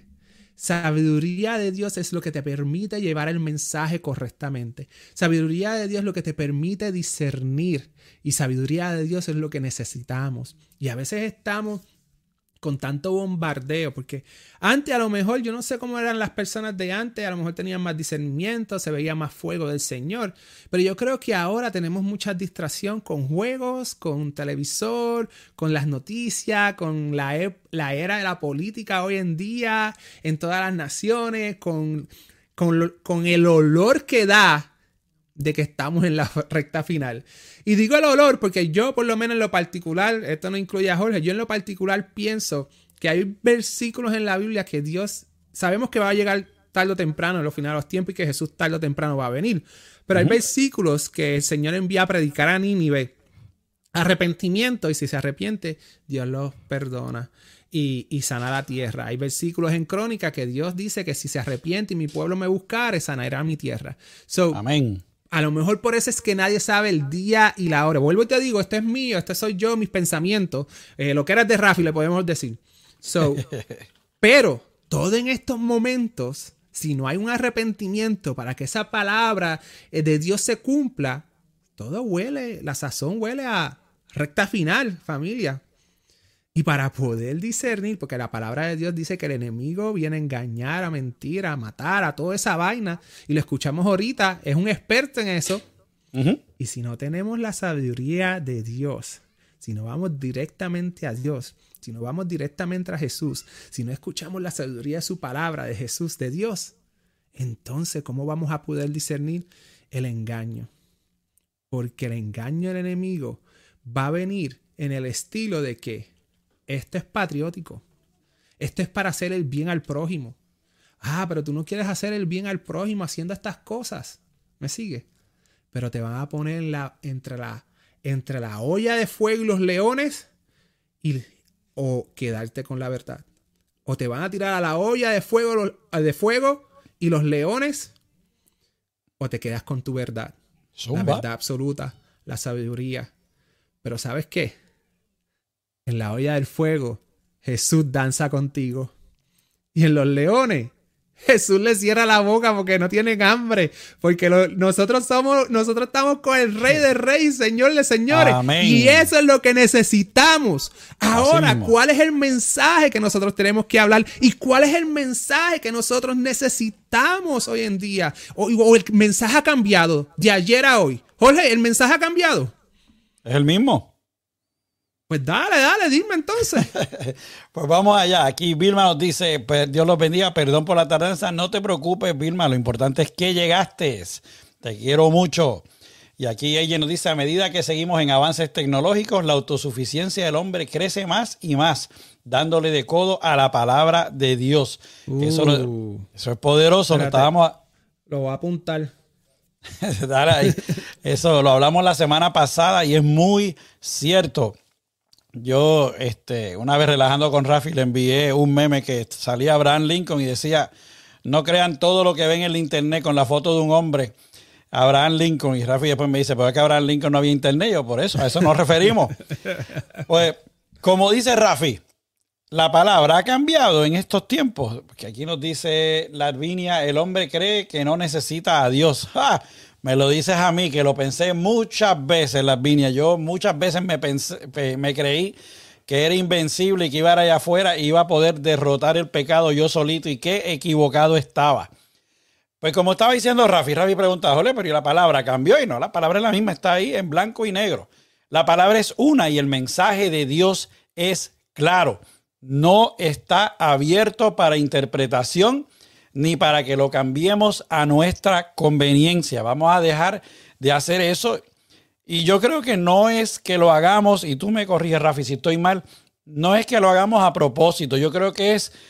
Sabiduría de Dios es lo que te permite llevar el mensaje correctamente. Sabiduría de Dios es lo que te permite discernir. Y sabiduría de Dios es lo que necesitamos. Y a veces estamos con tanto bombardeo, porque antes a lo mejor, yo no sé cómo eran las personas de antes, a lo mejor tenían más discernimiento, se veía más fuego del Señor, pero yo creo que ahora tenemos mucha distracción con juegos, con televisor, con las noticias, con la, e- la era de la política hoy en día, en todas las naciones, con, con, lo, con el olor que da de que estamos en la recta final. Y digo el olor porque yo, por lo menos en lo particular, esto no incluye a Jorge, yo en lo particular pienso que hay versículos en la Biblia que Dios, sabemos que va a llegar tarde o temprano en los finales de los tiempos y que Jesús tarde o temprano va a venir. Pero uh-huh. hay versículos que el Señor envía a predicar a Nínive arrepentimiento, y si se arrepiente, Dios los perdona y, y sana la tierra. Hay versículos en Crónica que Dios dice que si se arrepiente y mi pueblo me buscare, sanará mi tierra. So, amén. A lo mejor por eso es que nadie sabe el día y la hora. Vuelvo y te digo, esto es mío, este soy yo, mis pensamientos. Eh, lo que eras de Rafi, le podemos decir. So, pero todo en estos momentos, si no hay un arrepentimiento para que esa palabra de Dios se cumpla, todo huele, la sazón huele a recta final, familia. Y para poder discernir, porque la palabra de Dios dice que el enemigo viene a engañar, a mentir, a matar, a toda esa vaina. Y lo escuchamos ahorita, es un experto en eso. Uh-huh. Y si no tenemos la sabiduría de Dios, si no vamos directamente a Dios, si no vamos directamente a Jesús, si no escuchamos la sabiduría de su palabra, de Jesús, de Dios, entonces, ¿cómo vamos a poder discernir el engaño? Porque el engaño del enemigo va a venir en el estilo de que esto es patriótico. Esto es para hacer el bien al prójimo. Ah, pero tú no quieres hacer el bien al prójimo haciendo estas cosas. ¿Me sigue? Pero te van a poner la, entre, la, entre la olla de fuego y los leones y, o quedarte con la verdad. O te van a tirar a la olla de fuego, de fuego y los leones, o te quedas con tu verdad. Zumba. La verdad absoluta, la sabiduría. Pero ¿sabes qué? En la olla del fuego, Jesús danza contigo. Y en los leones, Jesús le cierra la boca porque no tienen hambre. Porque lo, nosotros somos, nosotros estamos con el Rey de Reyes, Señor de Señores. Amén. Y eso es lo que necesitamos. Ahora, ¿cuál es el mensaje que nosotros tenemos que hablar? ¿Y cuál es el mensaje que nosotros necesitamos hoy en día? O, o el mensaje ha cambiado de ayer a hoy. Jorge, ¿el mensaje ha cambiado? Es el mismo. Pues dale, dale, dime entonces. Pues vamos allá. Aquí Vilma nos dice, pues Dios los bendiga, perdón por la tardanza. No te preocupes, Vilma, lo importante es que llegaste. Te quiero mucho. Y aquí ella nos dice, a medida que seguimos en avances tecnológicos, la autosuficiencia del hombre crece más y más, dándole de codo a la palabra de Dios. Uh, eso, lo, eso es poderoso. Lo, estábamos a... lo voy a apuntar. Dale ahí. Eso lo hablamos la semana pasada y es muy cierto. Yo, este, una vez relajando con Rafi, le envié un meme que salía Abraham Lincoln y decía, no crean todo lo que ven en el internet con la foto de un hombre, Abraham Lincoln. Y Rafi después me dice, pero es que Abraham Lincoln no había internet. Yo, por eso, a eso nos referimos. Pues, como dice Rafi, la palabra ha cambiado en estos tiempos. Que aquí nos dice Larvinia, el hombre cree que no necesita a Dios. ¡Ja! Me lo dices a mí, que lo pensé muchas veces, Larvinia. Yo muchas veces me, pensé, me creí que era invencible y que iba a ir allá afuera y iba a poder derrotar el pecado yo solito. Y qué equivocado estaba. Pues como estaba diciendo Rafi, Rafi preguntaba, jole, pero ¿y la palabra cambió? Y no, la palabra es la misma, está ahí en blanco y negro. La palabra es una y el mensaje de Dios es claro. No está abierto para interpretación ni para que lo cambiemos a nuestra conveniencia. Vamos a dejar de hacer eso. Y yo creo que no es que lo hagamos, y tú me corriges, Rafi, si estoy mal, no es que lo hagamos a propósito. Yo creo que es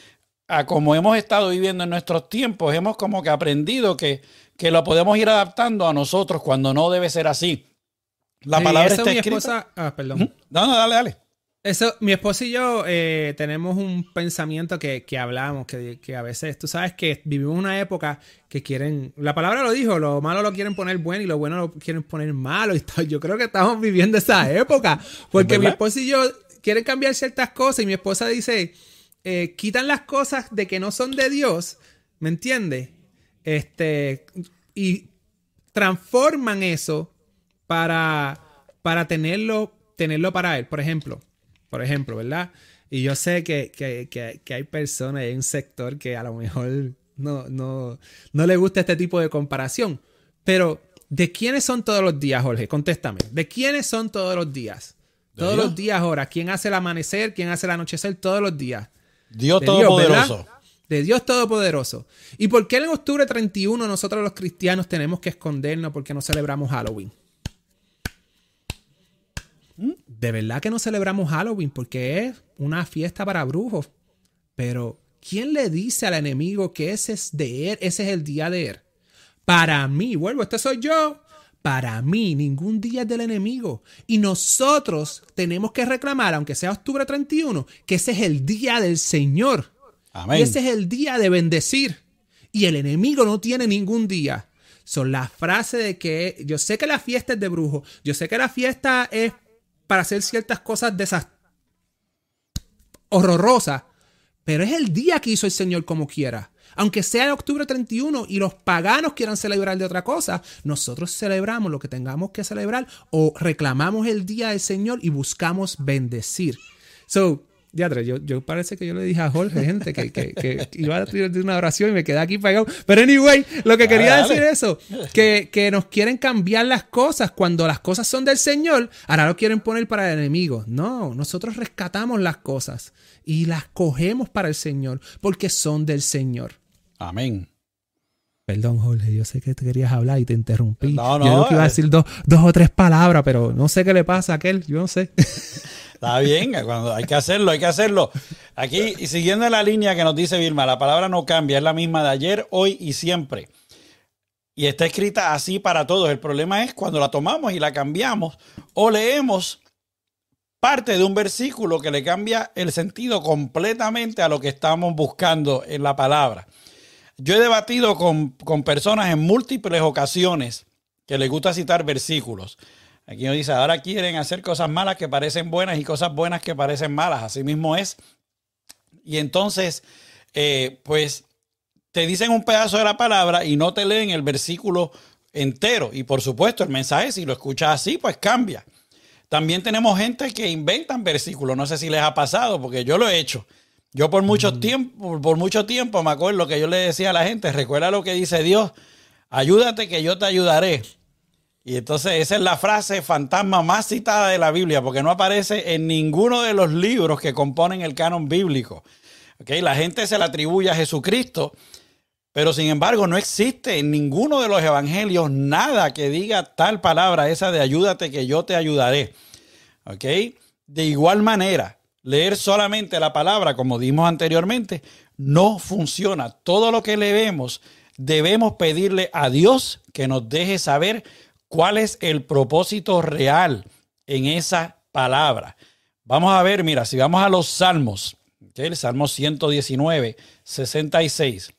a como hemos estado viviendo en nuestros tiempos, hemos como que aprendido que, que lo podemos ir adaptando a nosotros cuando no debe ser así. La sí, palabra eso está mi escrita. Esposa, ah, perdón. No, no, dale, dale. Eso, mi esposa y yo eh, tenemos un pensamiento que, que hablamos, que, que a veces, tú sabes que vivimos una época que quieren, la palabra lo dijo, lo malo lo quieren poner bueno y lo bueno lo quieren poner malo. Y yo creo que estamos viviendo esa época, porque mi esposa y yo quieren cambiar ciertas cosas y mi esposa dice, eh, quitan las cosas de que no son de Dios, ¿me entiendes? Este, y transforman eso para, para tenerlo, tenerlo para él, por ejemplo. Por ejemplo, ¿verdad? Y yo sé que, que, que, que hay personas, hay un sector que a lo mejor no, no, no le gusta este tipo de comparación. Pero, ¿de quiénes son todos los días, Jorge? Contéstame. ¿De quiénes son todos los días? Todos Dios. Los días ahora. ¿Quién hace el amanecer? ¿Quién hace el anochecer? Todos los días. Dios Todopoderoso. De Dios Todopoderoso. ¿Y por qué en octubre treinta y uno nosotros los cristianos tenemos que escondernos porque no celebramos Halloween? De verdad que no celebramos Halloween porque es una fiesta para brujos. Pero, ¿quién le dice al enemigo que ese es de él? Ese es el día de él. Para mí, vuelvo, este soy yo. Para mí, ningún día es del enemigo. Y nosotros tenemos que reclamar, aunque sea octubre treinta y uno, que ese es el día del Señor. Amén. Y ese es el día de bendecir. Y el enemigo no tiene ningún día. Son las frases de que yo sé que la fiesta es de brujos. Yo sé que la fiesta es para hacer ciertas cosas desast- horrorosas, pero es el día que hizo el Señor como quiera. Aunque sea el octubre treinta y uno y los paganos quieran celebrar de otra cosa, nosotros celebramos lo que tengamos que celebrar o reclamamos el día del Señor y buscamos bendecir. So, Diadre, yo, yo parece que yo le dije a Jorge, gente, que, que, que iba a tirar de una oración y me quedé aquí pegado. Pero anyway, lo que quería dale, decir dale. eso, que, que nos quieren cambiar las cosas cuando las cosas son del Señor, ahora lo quieren poner para el enemigo. No, nosotros rescatamos las cosas y las cogemos para el Señor porque son del Señor. Amén. Perdón, Jorge, yo sé que te querías hablar y te interrumpí. No, no, yo creo que iba a decir dos, dos o tres palabras, pero no sé qué le pasa a aquel, yo no sé. Está bien, cuando hay que hacerlo, hay que hacerlo. Aquí, y siguiendo la línea que nos dice Vilma, la palabra no cambia, es la misma de ayer, hoy y siempre. Y está escrita así para todos. El problema es cuando la tomamos y la cambiamos o leemos parte de un versículo que le cambia el sentido completamente a lo que estamos buscando en la palabra. Yo he debatido con, con personas en múltiples ocasiones que les gusta citar versículos. Aquí nos dice, ahora quieren hacer cosas malas que parecen buenas y cosas buenas que parecen malas. Así mismo es. Y entonces, eh, pues, te dicen un pedazo de la palabra y no te leen el versículo entero. Y por supuesto, el mensaje, si lo escuchas así, pues cambia. También tenemos gente que inventan versículos. No sé si les ha pasado, porque yo lo he hecho. Yo por mucho mm. tiempo, por mucho tiempo me acuerdo que yo le decía a la gente, recuerda lo que dice Dios, ayúdate que yo te ayudaré. Y entonces esa es la frase fantasma más citada de la Biblia, porque no aparece en ninguno de los libros que componen el canon bíblico. ¿Okay? La gente se la atribuye a Jesucristo, pero sin embargo no existe en ninguno de los evangelios nada que diga tal palabra, esa de ayúdate que yo te ayudaré. ¿Okay? De igual manera, leer solamente la palabra, como dimos anteriormente, no funciona. Todo lo que leemos debemos pedirle a Dios que nos deje saber cuál es el propósito real en esa palabra. Vamos a ver, mira, si vamos a los Salmos, ¿okay? El Salmo ciento diecinueve, sesenta y seis,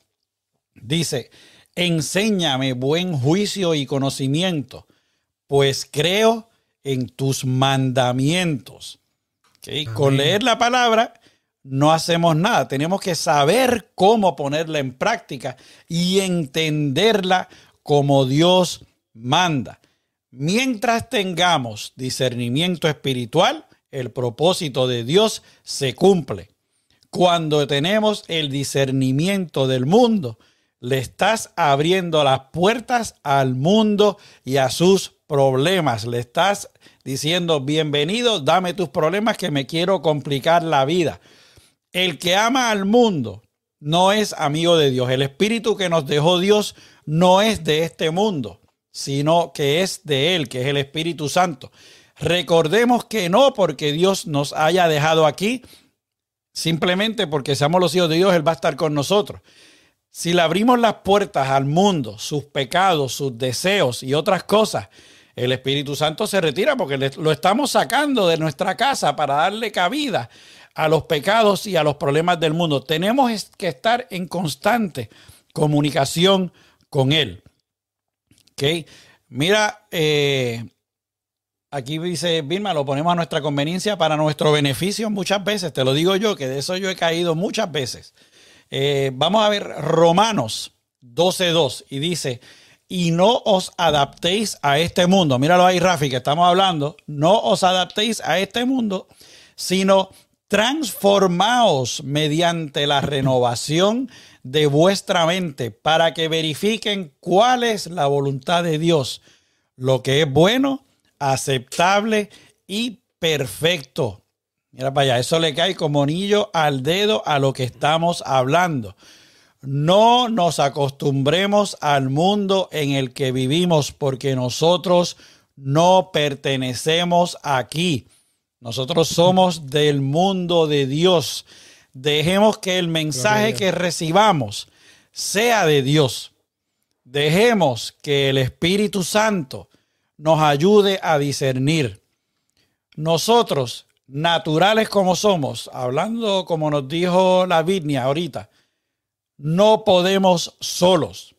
dice, enséñame buen juicio y conocimiento, pues creo en tus mandamientos. ¿Okay? Con leer la palabra no hacemos nada. Tenemos que saber cómo ponerla en práctica y entenderla como Dios manda. Mientras tengamos discernimiento espiritual, el propósito de Dios se cumple. Cuando tenemos el discernimiento del mundo, le estás abriendo las puertas al mundo y a sus problemas. Le estás diciendo, bienvenido, dame tus problemas que me quiero complicar la vida. El que ama al mundo no es amigo de Dios. El espíritu que nos dejó Dios no es de este mundo, sino que es de Él, que es el Espíritu Santo. Recordemos que no porque Dios nos haya dejado aquí, simplemente porque seamos los hijos de Dios, Él va a estar con nosotros. Si le abrimos las puertas al mundo, sus pecados, sus deseos y otras cosas, el Espíritu Santo se retira porque lo estamos sacando de nuestra casa para darle cabida a los pecados y a los problemas del mundo. Tenemos que estar en constante comunicación con Él. ¿Okay? Mira, eh, aquí dice Vilma, lo ponemos a nuestra conveniencia para nuestro beneficio muchas veces. Te lo digo yo, que de eso yo he caído muchas veces. Eh, vamos a ver Romanos doce dos y dice, y no os adaptéis a este mundo. Míralo ahí, Rafi, que estamos hablando. No os adaptéis a este mundo, sino transformaos mediante la renovación de vuestra mente para que verifiquen cuál es la voluntad de Dios, lo que es bueno, aceptable y perfecto. Mira para allá, eso le cae como anillo al dedo a lo que estamos hablando. No nos acostumbremos al mundo en el que vivimos porque nosotros no pertenecemos aquí. Nosotros somos del mundo de Dios. Dejemos que el mensaje que recibamos sea de Dios. Dejemos que el Espíritu Santo nos ayude a discernir. Nosotros, naturales como somos, hablando como nos dijo la Biblia ahorita, no podemos solos.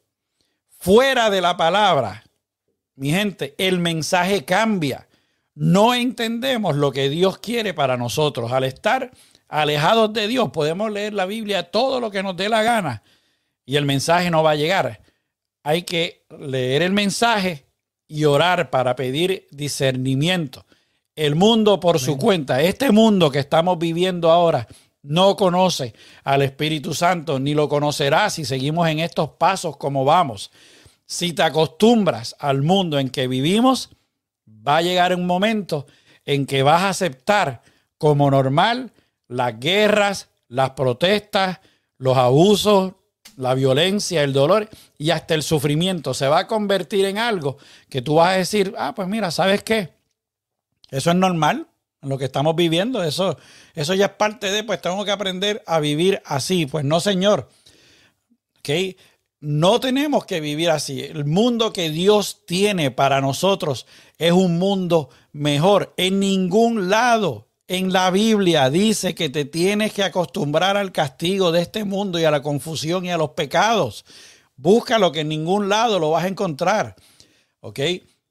Fuera de la palabra, mi gente, el mensaje cambia. No entendemos lo que Dios quiere para nosotros. Al estar alejados de Dios, podemos leer la Biblia todo lo que nos dé la gana y el mensaje no va a llegar. Hay que leer el mensaje y orar para pedir discernimiento. El mundo por su cuenta, este mundo que estamos viviendo ahora, no conoce al Espíritu Santo, ni lo conocerá si seguimos en estos pasos como vamos. Si te acostumbras al mundo en que vivimos, va a llegar un momento en que vas a aceptar como normal las guerras, las protestas, los abusos, la violencia, el dolor y hasta el sufrimiento. Se va a convertir en algo que tú vas a decir, ah, pues mira, ¿sabes qué? Eso es normal, en lo que estamos viviendo. Eso, eso ya es parte de, pues tengo que aprender a vivir así. Pues no, señor. ¿Okay? No tenemos que vivir así. El mundo que Dios tiene para nosotros es un mundo mejor. En ningún lado en la Biblia dice que te tienes que acostumbrar al castigo de este mundo y a la confusión y a los pecados. Búscalo, que en ningún lado lo vas a encontrar. ¿Ok?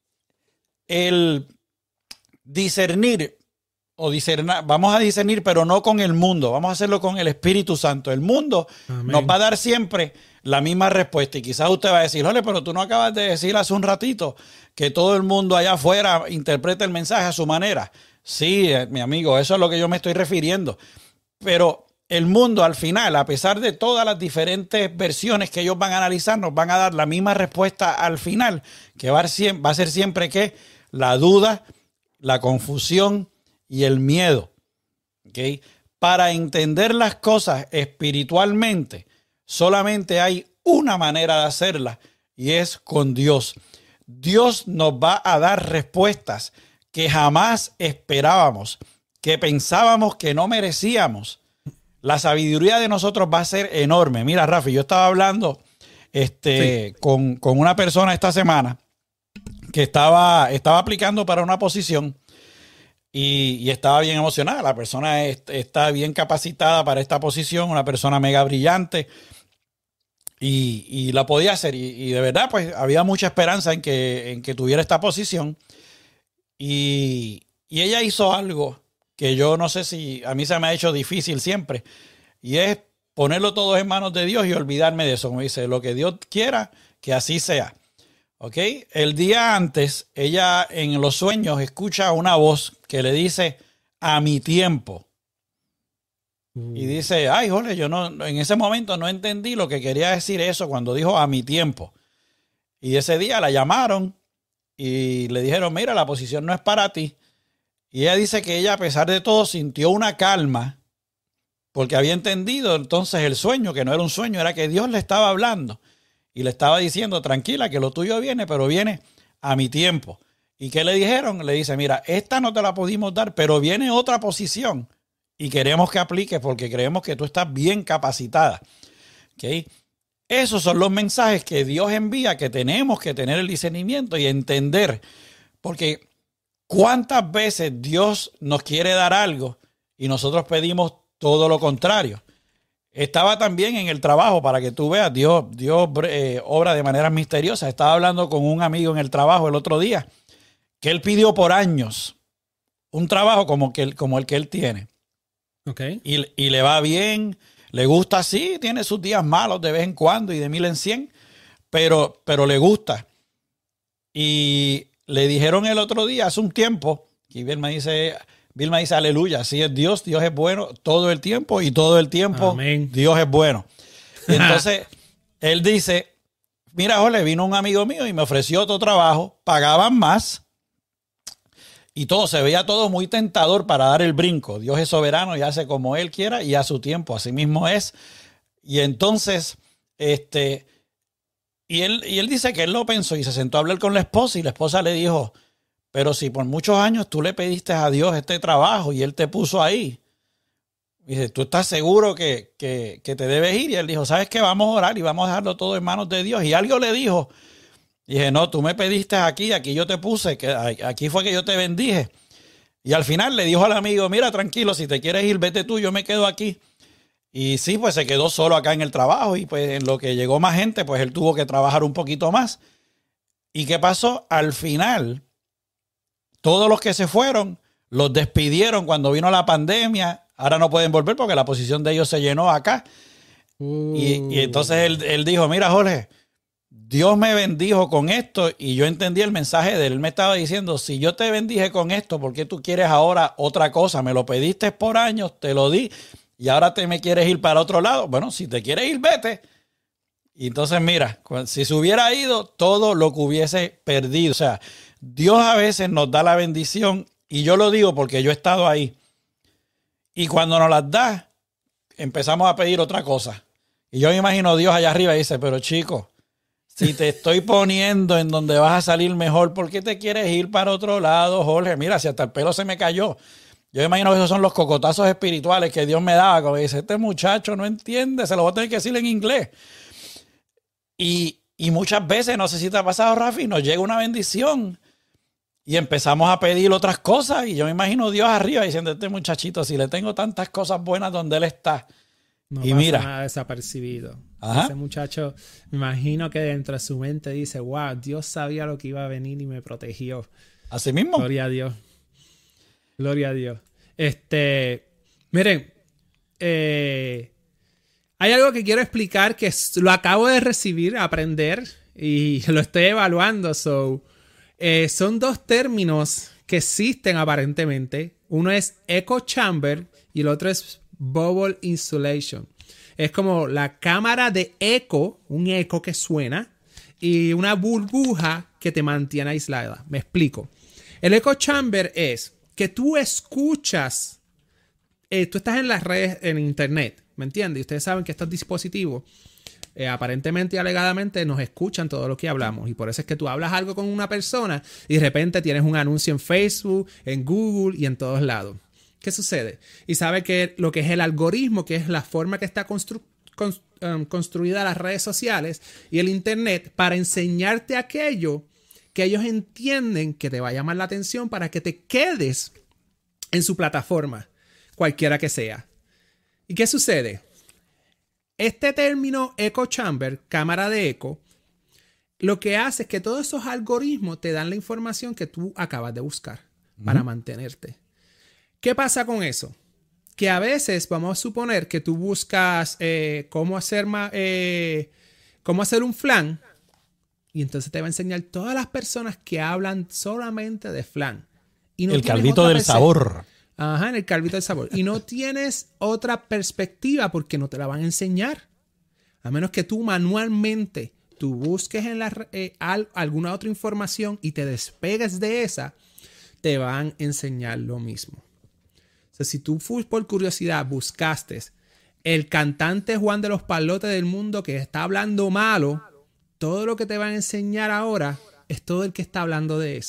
El discernir o discernir, vamos a discernir, pero no con el mundo. Vamos a hacerlo con el Espíritu Santo. El mundo Amén. Nos va a dar siempre la misma respuesta. Y quizás usted va a decir, ole, pero tú no acabas de decir hace un ratito que todo el mundo allá afuera interpreta el mensaje a su manera. Sí, mi amigo, eso es lo que yo me estoy refiriendo. Pero el mundo al final, a pesar de todas las diferentes versiones que ellos van a analizar, nos van a dar la misma respuesta al final, que va a ser, va a ser siempre que la duda, la confusión y el miedo. ¿Okay? Para entender las cosas espiritualmente, solamente hay una manera de hacerlas y es con Dios. Dios nos va a dar respuestas que jamás esperábamos, que pensábamos que no merecíamos. La sabiduría de nosotros va a ser enorme. Mira, Rafi, yo estaba hablando este, sí. con, con una persona esta semana que estaba, estaba aplicando para una posición y, y estaba bien emocionada. La persona es, está bien capacitada para esta posición, una persona mega brillante y, y la podía hacer. Y, y de verdad, pues había mucha esperanza en que, en que tuviera esta posición. Y, y ella hizo algo que yo no sé si a mí se me ha hecho difícil siempre, y es ponerlo todo en manos de Dios y olvidarme de eso. Como dice, lo que Dios quiera, que así sea. ¿Ok? El día antes, ella en los sueños escucha una voz que le dice, a mi tiempo. Mm. Y dice, ay, jole, yo no, en ese momento no entendí lo que quería decir eso cuando dijo a mi tiempo. Y ese día la llamaron y le dijeron, mira, la posición no es para ti. Y ella dice que ella, a pesar de todo, sintió una calma porque había entendido entonces el sueño, que no era un sueño, era que Dios le estaba hablando y le estaba diciendo, tranquila, que lo tuyo viene, pero viene a mi tiempo. ¿Y qué le dijeron? Le dice, mira, esta no te la pudimos dar, pero viene otra posición y queremos que apliques porque creemos que tú estás bien capacitada. ¿Okay? Esos son los mensajes que Dios envía, que tenemos que tener el discernimiento y entender. Porque ¿cuántas veces Dios nos quiere dar algo y nosotros pedimos todo lo contrario? Estaba también en el trabajo, para que tú veas, Dios, Dios eh, obra de manera misteriosa. Estaba hablando con un amigo en el trabajo el otro día, que él pidió por años un trabajo como, que, como el que él tiene. Okay. Y, y le va bien, le gusta, sí, tiene sus días malos de vez en cuando y de mil en cien, pero, pero le gusta. Y le dijeron el otro día, hace un tiempo, y Vilma dice... Vilma dice, aleluya, así es Dios, Dios es bueno todo el tiempo y todo el tiempo Amén. Dios es bueno. Y entonces él dice, mira, Jorge, vino un amigo mío y me ofreció otro trabajo, pagaban más y todo, se veía todo muy tentador para dar el brinco. Dios es soberano y hace como Él quiera y a su tiempo, así mismo es. Y entonces, este, y él, y él dice que él lo pensó y se sentó a hablar con la esposa y la esposa le dijo, pero si por muchos años tú le pediste a Dios este trabajo y Él te puso ahí, dice, ¿tú estás seguro que, que, que te debes ir? Y él dijo, ¿sabes qué? Vamos a orar y vamos a dejarlo todo en manos de Dios. Y algo le dijo, dije, no, tú me pediste aquí, aquí yo te puse, que aquí fue que yo te bendije. Y al final le dijo al amigo, mira, tranquilo, si te quieres ir, vete tú, yo me quedo aquí. Y sí, pues se quedó solo acá en el trabajo y pues en lo que llegó más gente, pues él tuvo que trabajar un poquito más. ¿Y qué pasó? Al final... Todos los que se fueron, los despidieron cuando vino la pandemia. Ahora no pueden volver porque la posición de ellos se llenó acá. Uh. Y, y entonces él, él dijo, mira, Jorge, Dios me bendijo con esto y yo entendí el mensaje de él. Él me estaba diciendo, si yo te bendije con esto, ¿por qué tú quieres ahora otra cosa? Me lo pediste por años, te lo di y ahora te me quieres ir para otro lado. Bueno, si te quieres ir, vete. Y entonces, mira, si se hubiera ido, todo lo que hubiese perdido. O sea, Dios a veces nos da la bendición y yo lo digo porque yo he estado ahí. Y cuando nos las da, empezamos a pedir otra cosa. Y yo me imagino a Dios allá arriba y dice, pero chico, si te estoy poniendo en donde vas a salir mejor, ¿por qué te quieres ir para otro lado, Jorge? Mira, si hasta el pelo se me cayó. Yo me imagino que esos son los cocotazos espirituales que Dios me daba. Como dice, este muchacho no entiende, se lo voy a tener que decir en inglés. Y, y muchas veces, no sé si te ha pasado, Rafi, nos llega una bendición y empezamos a pedir otras cosas. Y yo me imagino Dios arriba diciendo, este muchachito, si le tengo tantas cosas buenas donde él está. No y pasa mira, nada desapercibido. Ajá. Ese muchacho, me imagino que dentro de su mente dice, wow, Dios sabía lo que iba a venir y me protegió. Así mismo. Gloria a Dios. Gloria a Dios. Este, miren, eh, hay algo que quiero explicar que lo acabo de recibir, aprender y lo estoy evaluando. So, eh, son dos términos que existen aparentemente. Uno es echo chamber y el otro es bubble insulation. Es como la cámara de eco, un eco que suena, y una burbuja que te mantiene aislada. Me explico. El echo chamber es que tú escuchas, eh, tú estás en las redes, en internet, ¿me entiendes? Y ustedes saben que estos dispositivos, eh, aparentemente y alegadamente, nos escuchan todo lo que hablamos. Y por eso es que tú hablas algo con una persona y de repente tienes un anuncio en Facebook, en Google y en todos lados. ¿Qué sucede? Y sabe que lo que es el algoritmo, que es la forma que está constru constru um, construida las redes sociales y el internet para enseñarte aquello que ellos entienden que te va a llamar la atención para que te quedes en su plataforma, cualquiera que sea. ¿Y qué sucede? Este término echo chamber, cámara de eco, lo que hace es que todos esos algoritmos te dan la información que tú acabas de buscar uh-huh. para mantenerte. ¿Qué pasa con eso? Que a veces vamos a suponer que tú buscas eh, cómo, hacer eh, cómo hacer un flan y entonces te va a enseñar todas las personas que hablan solamente de flan. Y no el calvito del sabor. Ajá, en el calvito del sabor. Y no tienes otra perspectiva porque no te la van a enseñar. A menos que tú manualmente tú busques en la, eh, al, alguna otra información y te despegues de esa, te van a enseñar lo mismo. O sea, si tú por curiosidad buscaste el cantante Juan de los Palotes del mundo que está hablando malo, todo lo que te van a enseñar ahora es todo el que está hablando de eso.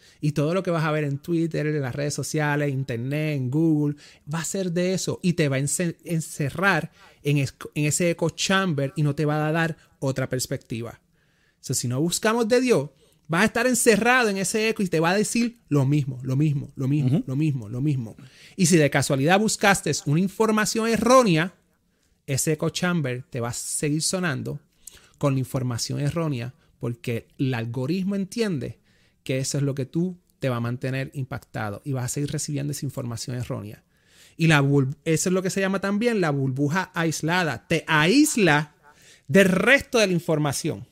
Y todo lo que vas a ver en Twitter, en las redes sociales, internet, en Google, va a ser de eso y te va a encerrar en, es, en ese echo chamber y no te va a dar otra perspectiva. O sea, si no buscamos de Dios, vas a estar encerrado en ese eco y te va a decir lo mismo, lo mismo, lo mismo, uh-huh. lo mismo, lo mismo. Y si de casualidad buscaste una información errónea, ese echo chamber te va a seguir sonando con la información errónea porque el algoritmo entiende que eso es lo que tú te va a mantener impactado y vas a seguir recibiendo esa información errónea. Y la bur- eso es lo que se llama también la burbuja aislada. Te aísla del resto de la información.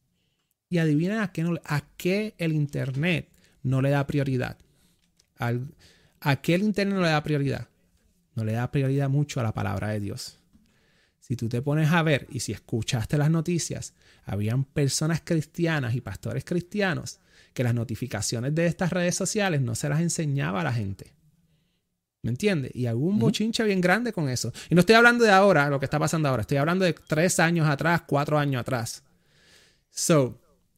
Y adivina a qué, no, a qué el internet no le da prioridad. Al, ¿A qué el internet no le da prioridad? No le da prioridad mucho a la palabra de Dios. Si tú te pones a ver y si escuchaste las noticias, habían personas cristianas y pastores cristianos que las notificaciones de estas redes sociales no se las enseñaba a la gente. ¿Me entiendes? Y hubo un bochinche bien grande con eso. Y no estoy hablando de ahora, lo que está pasando ahora. Estoy hablando de tres años atrás, cuatro años atrás. So,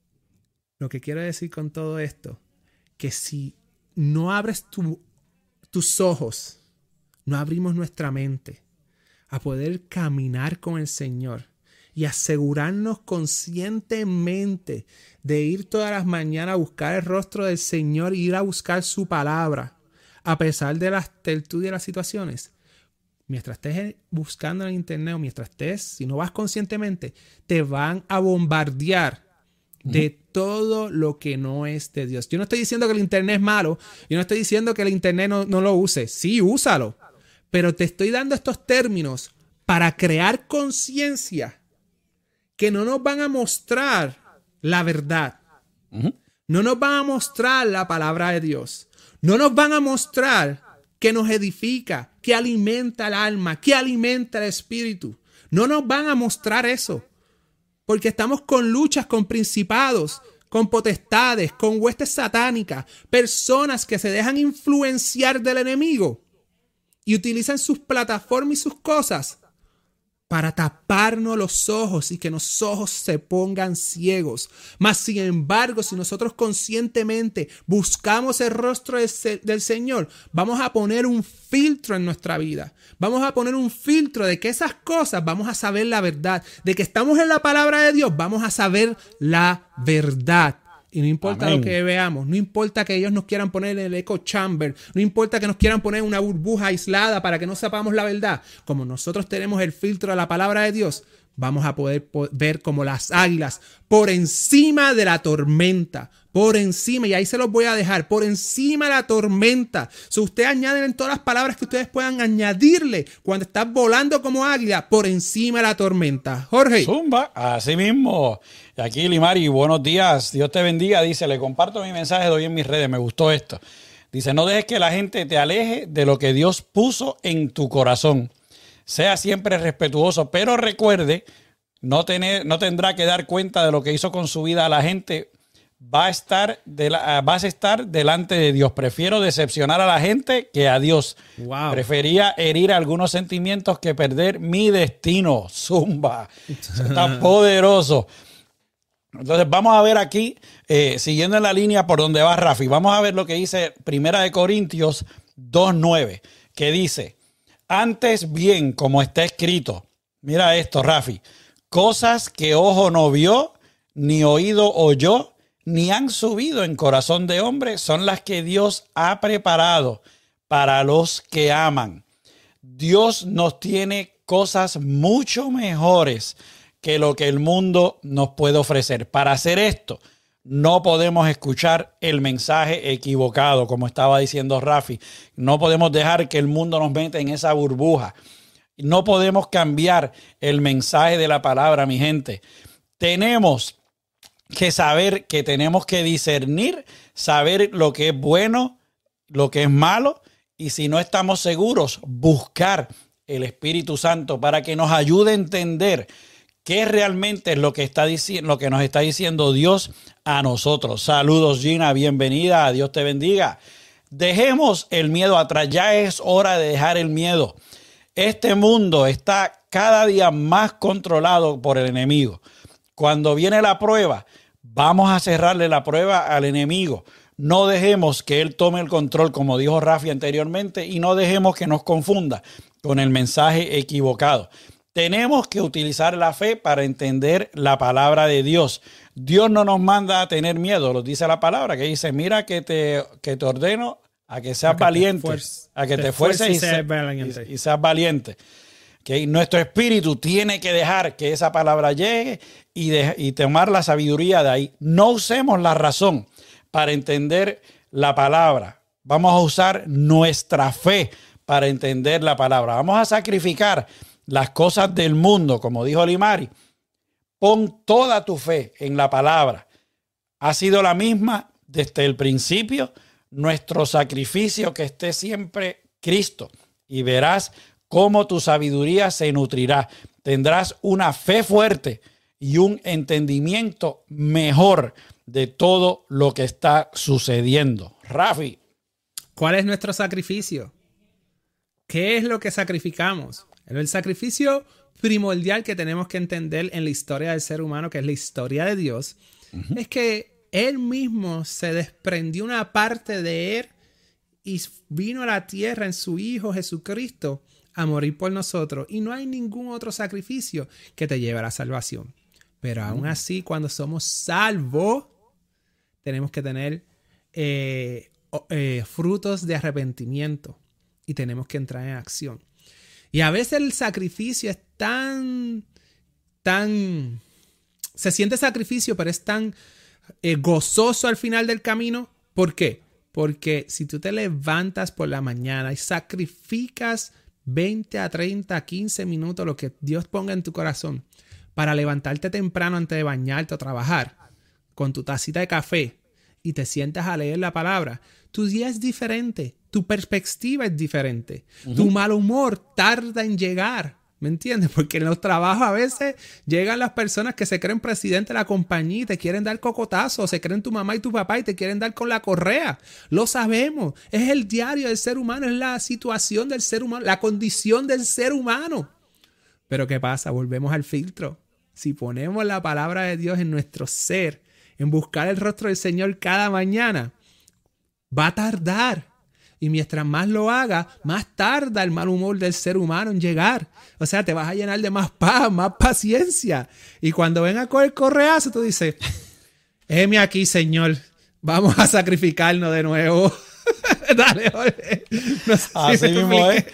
lo que quiero decir con todo esto, que si no abres tu, tus ojos, no abrimos nuestra mente a poder caminar con el Señor y asegurarnos conscientemente de ir todas las mañanas a buscar el rostro del Señor y ir a buscar su palabra, a pesar de las tertulias de las situaciones. Mientras estés buscando en el internet o mientras estés, si no vas conscientemente, te van a bombardear de todo lo que no es de Dios. Yo no estoy diciendo que el internet es malo. Yo no estoy diciendo que el internet no, no lo uses. Sí, úsalo. Pero te estoy dando estos términos para crear conciencia que no nos van a mostrar la verdad. Uh-huh. No nos van a mostrar la palabra de Dios. No nos van a mostrar que nos edifica, que alimenta el alma, que alimenta el espíritu. No nos van a mostrar eso. Porque estamos con luchas, con principados, con potestades, con huestes satánicas, personas que se dejan influenciar del enemigo y utilizan sus plataformas y sus cosas para taparnos los ojos y que los ojos se pongan ciegos. Mas, sin embargo, si nosotros conscientemente buscamos el rostro del, del Señor, vamos a poner un filtro en nuestra vida. Vamos a poner un filtro de que esas cosas vamos a saber la verdad. De que estamos en la palabra de Dios, vamos a saber la verdad. Y no importa Amén. Lo que veamos, no importa que ellos nos quieran poner en el echo chamber, no importa que nos quieran poner una burbuja aislada para que no sepamos la verdad. Como nosotros tenemos el filtro de la palabra de Dios, vamos a poder ver como las águilas por encima de la tormenta, por encima, y ahí se los voy a dejar, por encima de la tormenta. Si ustedes añaden en todas las palabras que ustedes puedan añadirle cuando estás volando como águila, por encima de la tormenta. Jorge. Zumba, así mismo. Y aquí Limari, buenos días, Dios te bendiga. Dice, le comparto mi mensaje de hoy en mis redes, me gustó esto. Dice, no dejes que la gente te aleje de lo que Dios puso en tu corazón. Sea siempre respetuoso, pero recuerde, no, tener, no tendrá que dar cuenta de lo que hizo con su vida a la gente. Va a estar de la, vas a estar delante de Dios. Prefiero decepcionar a la gente que a Dios. Wow. Prefería herir algunos sentimientos que perder mi destino. Zumba. Eso está poderoso. Entonces vamos a ver aquí, eh, siguiendo en la línea por donde va Rafi, vamos a ver lo que dice Primera de Corintios dos nueve, que dice, antes bien, como está escrito, mira esto, Rafi, cosas que ojo no vio, ni oído oyó, ni han subido en corazón de hombre, son las que Dios ha preparado para los que aman. Dios nos tiene cosas mucho mejores que lo que el mundo nos puede ofrecer. Para hacer esto, no podemos escuchar el mensaje equivocado, como estaba diciendo Rafi. No podemos dejar que el mundo nos meta en esa burbuja. No podemos cambiar el mensaje de la palabra, mi gente. Tenemos que saber que tenemos que discernir, saber lo que es bueno, lo que es malo, y si no estamos seguros, buscar el Espíritu Santo para que nos ayude a entender qué realmente es lo que está diciendo, lo que nos está diciendo Dios a nosotros. Saludos, Gina, bienvenida, Dios te bendiga. Dejemos el miedo atrás, ya es hora de dejar el miedo. Este mundo está cada día más controlado por el enemigo. Cuando viene la prueba, Vamos a cerrarle la prueba al enemigo. No dejemos que él tome el control, como dijo Rafi anteriormente, y no dejemos que nos confunda con el mensaje equivocado. Tenemos que utilizar la fe para entender la palabra de Dios. Dios no nos manda a tener miedo, lo dice la palabra, que dice, mira que te, que te ordeno a que seas a que valiente, fuerce, a que te, te esfuerces y, y, seas valiente. y, y seas valiente. Que nuestro espíritu tiene que dejar que esa palabra llegue y, de, y tomar la sabiduría de ahí. No usemos la razón para entender la palabra. Vamos a usar nuestra fe para entender la palabra. Vamos a sacrificar las cosas del mundo, como dijo Limari. Pon toda tu fe en la palabra. Ha sido la misma desde el principio. Nuestro sacrificio que esté siempre Cristo. Y verás cómo tu sabiduría se nutrirá. Tendrás una fe fuerte y un entendimiento mejor de todo lo que está sucediendo. Rafi. ¿Cuál es nuestro sacrificio? ¿Qué es lo que sacrificamos? El sacrificio primordial que tenemos que entender en la historia del ser humano, que es la historia de Dios, uh-huh. es que Él mismo se desprendió una parte de Él y vino a la tierra en su Hijo Jesucristo a morir por nosotros. Y no hay ningún otro sacrificio que te lleve a la salvación. Pero uh-huh. aún así, cuando somos salvos, tenemos que tener eh, eh, frutos de arrepentimiento y tenemos que entrar en acción. Y a veces el sacrificio es tan, tan, se siente sacrificio, pero es tan eh, gozoso al final del camino. ¿Por qué? Porque si tú te levantas por la mañana y sacrificas veinte a treinta, quince minutos, lo que Dios ponga en tu corazón, para levantarte temprano antes de bañarte o trabajar, con tu tacita de café, y te sientas a leer la palabra, tu día es diferente. Tu perspectiva es diferente. Uh-huh. Tu mal humor tarda en llegar. ¿Me entiendes? Porque en los trabajos a veces llegan las personas que se creen presidente de la compañía y te quieren dar cocotazos. Se creen tu mamá y tu papá y te quieren dar con la correa. Lo sabemos. Es el diario del ser humano. Es la situación del ser humano. La condición del ser humano. Pero ¿qué pasa? Volvemos al filtro. Si ponemos la palabra de Dios en nuestro ser, en buscar el rostro del Señor cada mañana, va a tardar. Y mientras más lo haga, más tarda el mal humor del ser humano en llegar. O sea, te vas a llenar de más paz, más paciencia. Y cuando venga con el correazo, tú dices, heme aquí, Señor. Vamos a sacrificarnos de nuevo. Dale, Jorge. No sé Así si mismo es.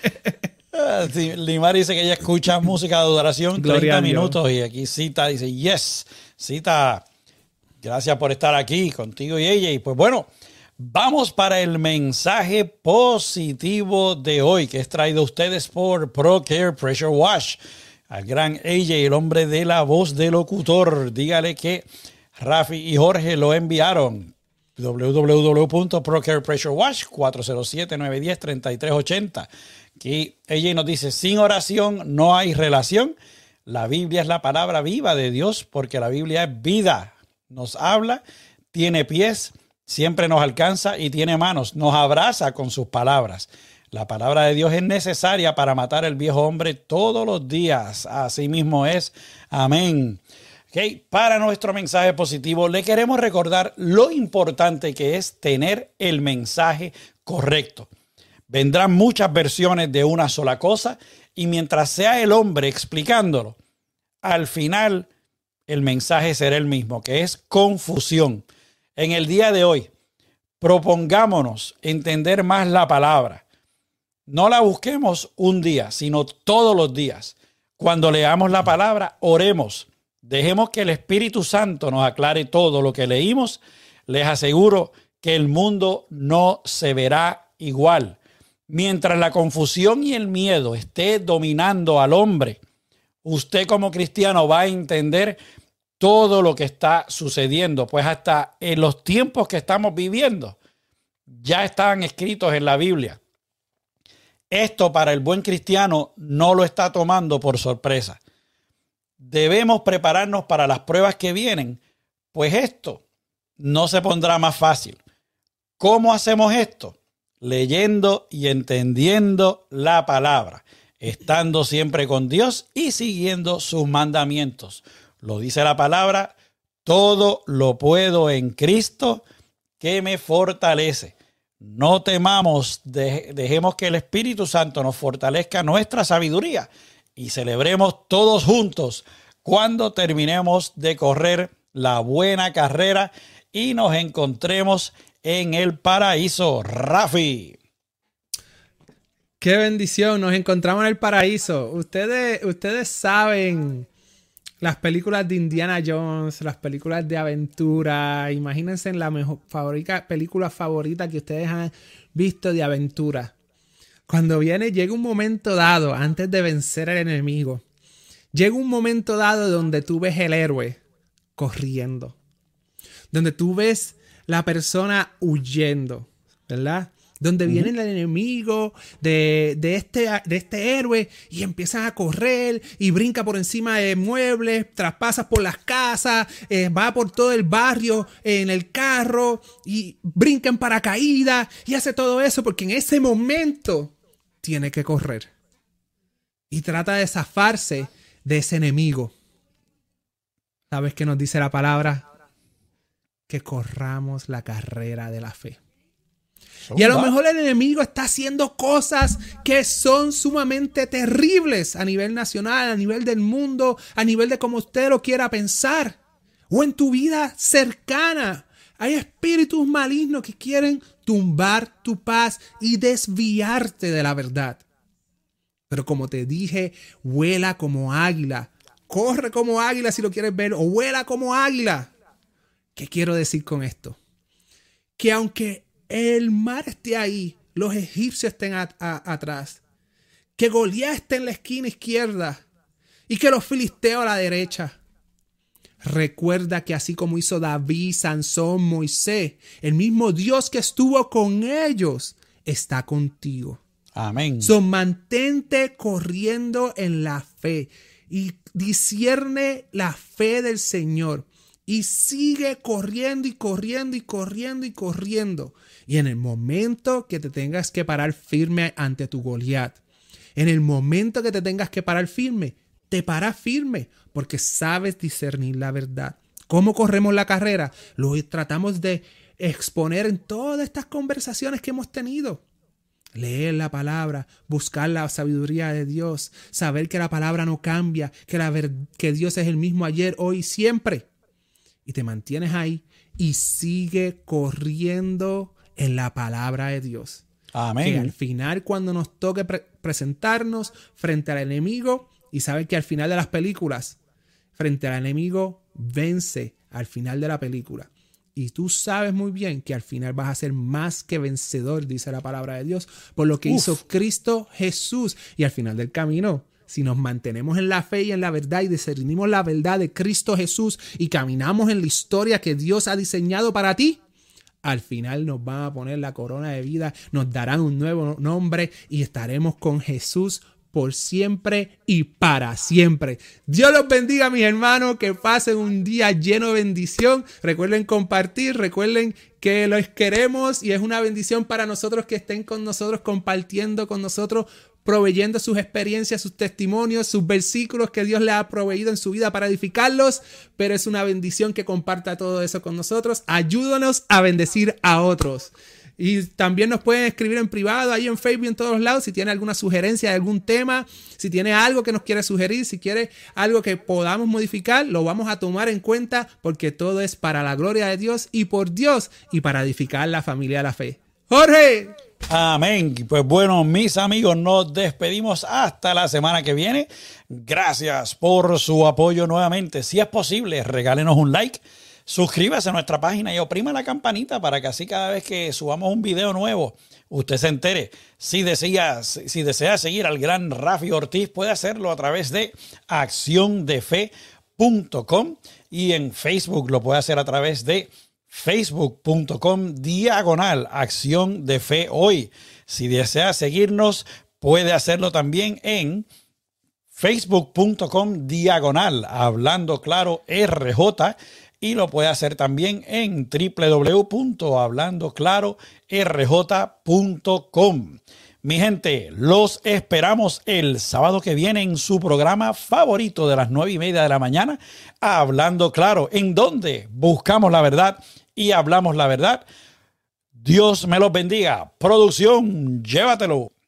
Sí, Limar dice que ella escucha música de adoración treinta minutos. Y aquí Cita dice, yes. Cita, gracias por estar aquí contigo y ella. Y pues bueno, vamos para el mensaje positivo de hoy, que es traído a ustedes por ProCare Pressure Wash. Al gran A J, el hombre de la voz de locutor. Dígale que Rafi y Jorge lo enviaron. w w w punto procare pressure wash cuatro cero siete, nueve uno cero, tres tres ocho cero. Aquí A J nos dice, sin oración no hay relación. La Biblia es la palabra viva de Dios, porque la Biblia es vida. Nos habla, tiene pies, siempre nos alcanza y tiene manos. Nos abraza con sus palabras. La palabra de Dios es necesaria para matar el viejo hombre todos los días. Así mismo es. Amén. Okay. Para nuestro mensaje positivo, le queremos recordar lo importante que es tener el mensaje correcto. Vendrán muchas versiones de una sola cosa y mientras sea el hombre explicándolo, al final el mensaje será el mismo, que es confusión. En el día de hoy, propongámonos entender más la palabra. No la busquemos un día, sino todos los días. Cuando leamos la palabra, oremos. Dejemos que el Espíritu Santo nos aclare todo lo que leímos. Les aseguro que el mundo no se verá igual. Mientras la confusión y el miedo esté dominando al hombre, usted como cristiano va a entender todo lo que está sucediendo, pues hasta en los tiempos que estamos viviendo ya están escritos en la Biblia. Esto para el buen cristiano no lo está tomando por sorpresa. Debemos prepararnos para las pruebas que vienen, pues esto no se pondrá más fácil. ¿Cómo hacemos esto? Leyendo y entendiendo la palabra, estando siempre con Dios y siguiendo sus mandamientos. Lo dice la palabra, todo lo puedo en Cristo que me fortalece. No temamos, de, dejemos que el Espíritu Santo nos fortalezca nuestra sabiduría y celebremos todos juntos cuando terminemos de correr la buena carrera y nos encontremos en el paraíso. Rafi. Qué bendición, nos encontramos en el paraíso. Ustedes, ustedes saben las películas de Indiana Jones, las películas de aventura. Imagínense en la mejor favorita, película favorita que ustedes han visto de aventura. Cuando viene, llega un momento dado, antes de vencer al enemigo, llega un momento dado donde tú ves el héroe corriendo, donde tú ves la persona huyendo, ¿verdad? Donde viene el enemigo de, de, este, de este héroe y empiezan a correr y brinca por encima de muebles, traspasa por las casas, eh, va por todo el barrio en el carro y brinca en paracaídas y hace todo eso porque en ese momento tiene que correr. Y trata de zafarse de ese enemigo. ¿Sabes qué nos dice la palabra? Que corramos la carrera de la fe. Y a lo mejor el enemigo está haciendo cosas que son sumamente terribles a nivel nacional, a nivel del mundo, a nivel de como usted lo quiera pensar. O en tu vida cercana. Hay espíritus malignos que quieren tumbar tu paz y desviarte de la verdad. Pero como te dije, vuela como águila. Corre como águila si lo quieres ver, o vuela como águila. ¿Qué quiero decir con esto? Que aunque el mar esté ahí, los egipcios estén a, a, atrás, que Goliat esté en la esquina izquierda y que los filisteos a la derecha. Recuerda que así como hizo David, Sansón, Moisés, el mismo Dios que estuvo con ellos está contigo. Amén. So, mantente corriendo en la fe y discierne la fe del Señor. Y sigue corriendo y corriendo y corriendo y corriendo. Y en el momento que te tengas que parar firme ante tu Goliat, en el momento que te tengas que parar firme, te paras firme porque sabes discernir la verdad. ¿Cómo corremos la carrera? Lo tratamos de exponer en todas estas conversaciones que hemos tenido. Leer la palabra, buscar la sabiduría de Dios, saber que la palabra no cambia, que, la ver- que Dios es el mismo ayer, hoy y siempre. Y te mantienes ahí y sigue corriendo en la palabra de Dios. Amén. Que al final, cuando nos toque pre- presentarnos frente al enemigo, y sabes que al final de las películas, frente al enemigo, vence al final de la película. Y tú sabes muy bien que al final vas a ser más que vencedor, dice la palabra de Dios, por lo que Uf. hizo Cristo Jesús. Y al final del camino, si nos mantenemos en la fe y en la verdad y discernimos la verdad de Cristo Jesús y caminamos en la historia que Dios ha diseñado para ti, al final nos van a poner la corona de vida, nos darán un nuevo nombre y estaremos con Jesús por siempre y para siempre. Dios los bendiga, mis hermanos, que pasen un día lleno de bendición. Recuerden compartir, recuerden que los queremos y es una bendición para nosotros que estén con nosotros, compartiendo con nosotros, proveyendo sus experiencias, sus testimonios, sus versículos que Dios les ha proveído en su vida para edificarlos, pero es una bendición que comparta todo eso con nosotros. Ayúdanos a bendecir a otros. Y también nos pueden escribir en privado, ahí en Facebook, en todos lados, si tiene alguna sugerencia de algún tema, si tiene algo que nos quiere sugerir, si quiere algo que podamos modificar, lo vamos a tomar en cuenta porque todo es para la gloria de Dios y por Dios y para edificar la familia de la fe. ¡Jorge! Amén. Pues bueno, mis amigos, nos despedimos hasta la semana que viene. Gracias por su apoyo nuevamente. Si es posible, regálenos un like. Suscríbase a nuestra página y oprima la campanita para que así cada vez que subamos un video nuevo, usted se entere. Si desea, si desea seguir al gran Rafi Ortiz, puede hacerlo a través de acción de fe punto com y en Facebook lo puede hacer a través de facebook punto com diagonal Acción de Fe Hoy. Si desea seguirnos, puede hacerlo también en facebook punto com diagonal Hablando Claro R J. Y lo puede hacer también en w w w punto hablando claro r j punto com. Mi gente, los esperamos el sábado que viene en su programa favorito de las nueve y media de la mañana, Hablando Claro, en donde buscamos la verdad y hablamos la verdad. Dios me los bendiga. Producción, llévatelo.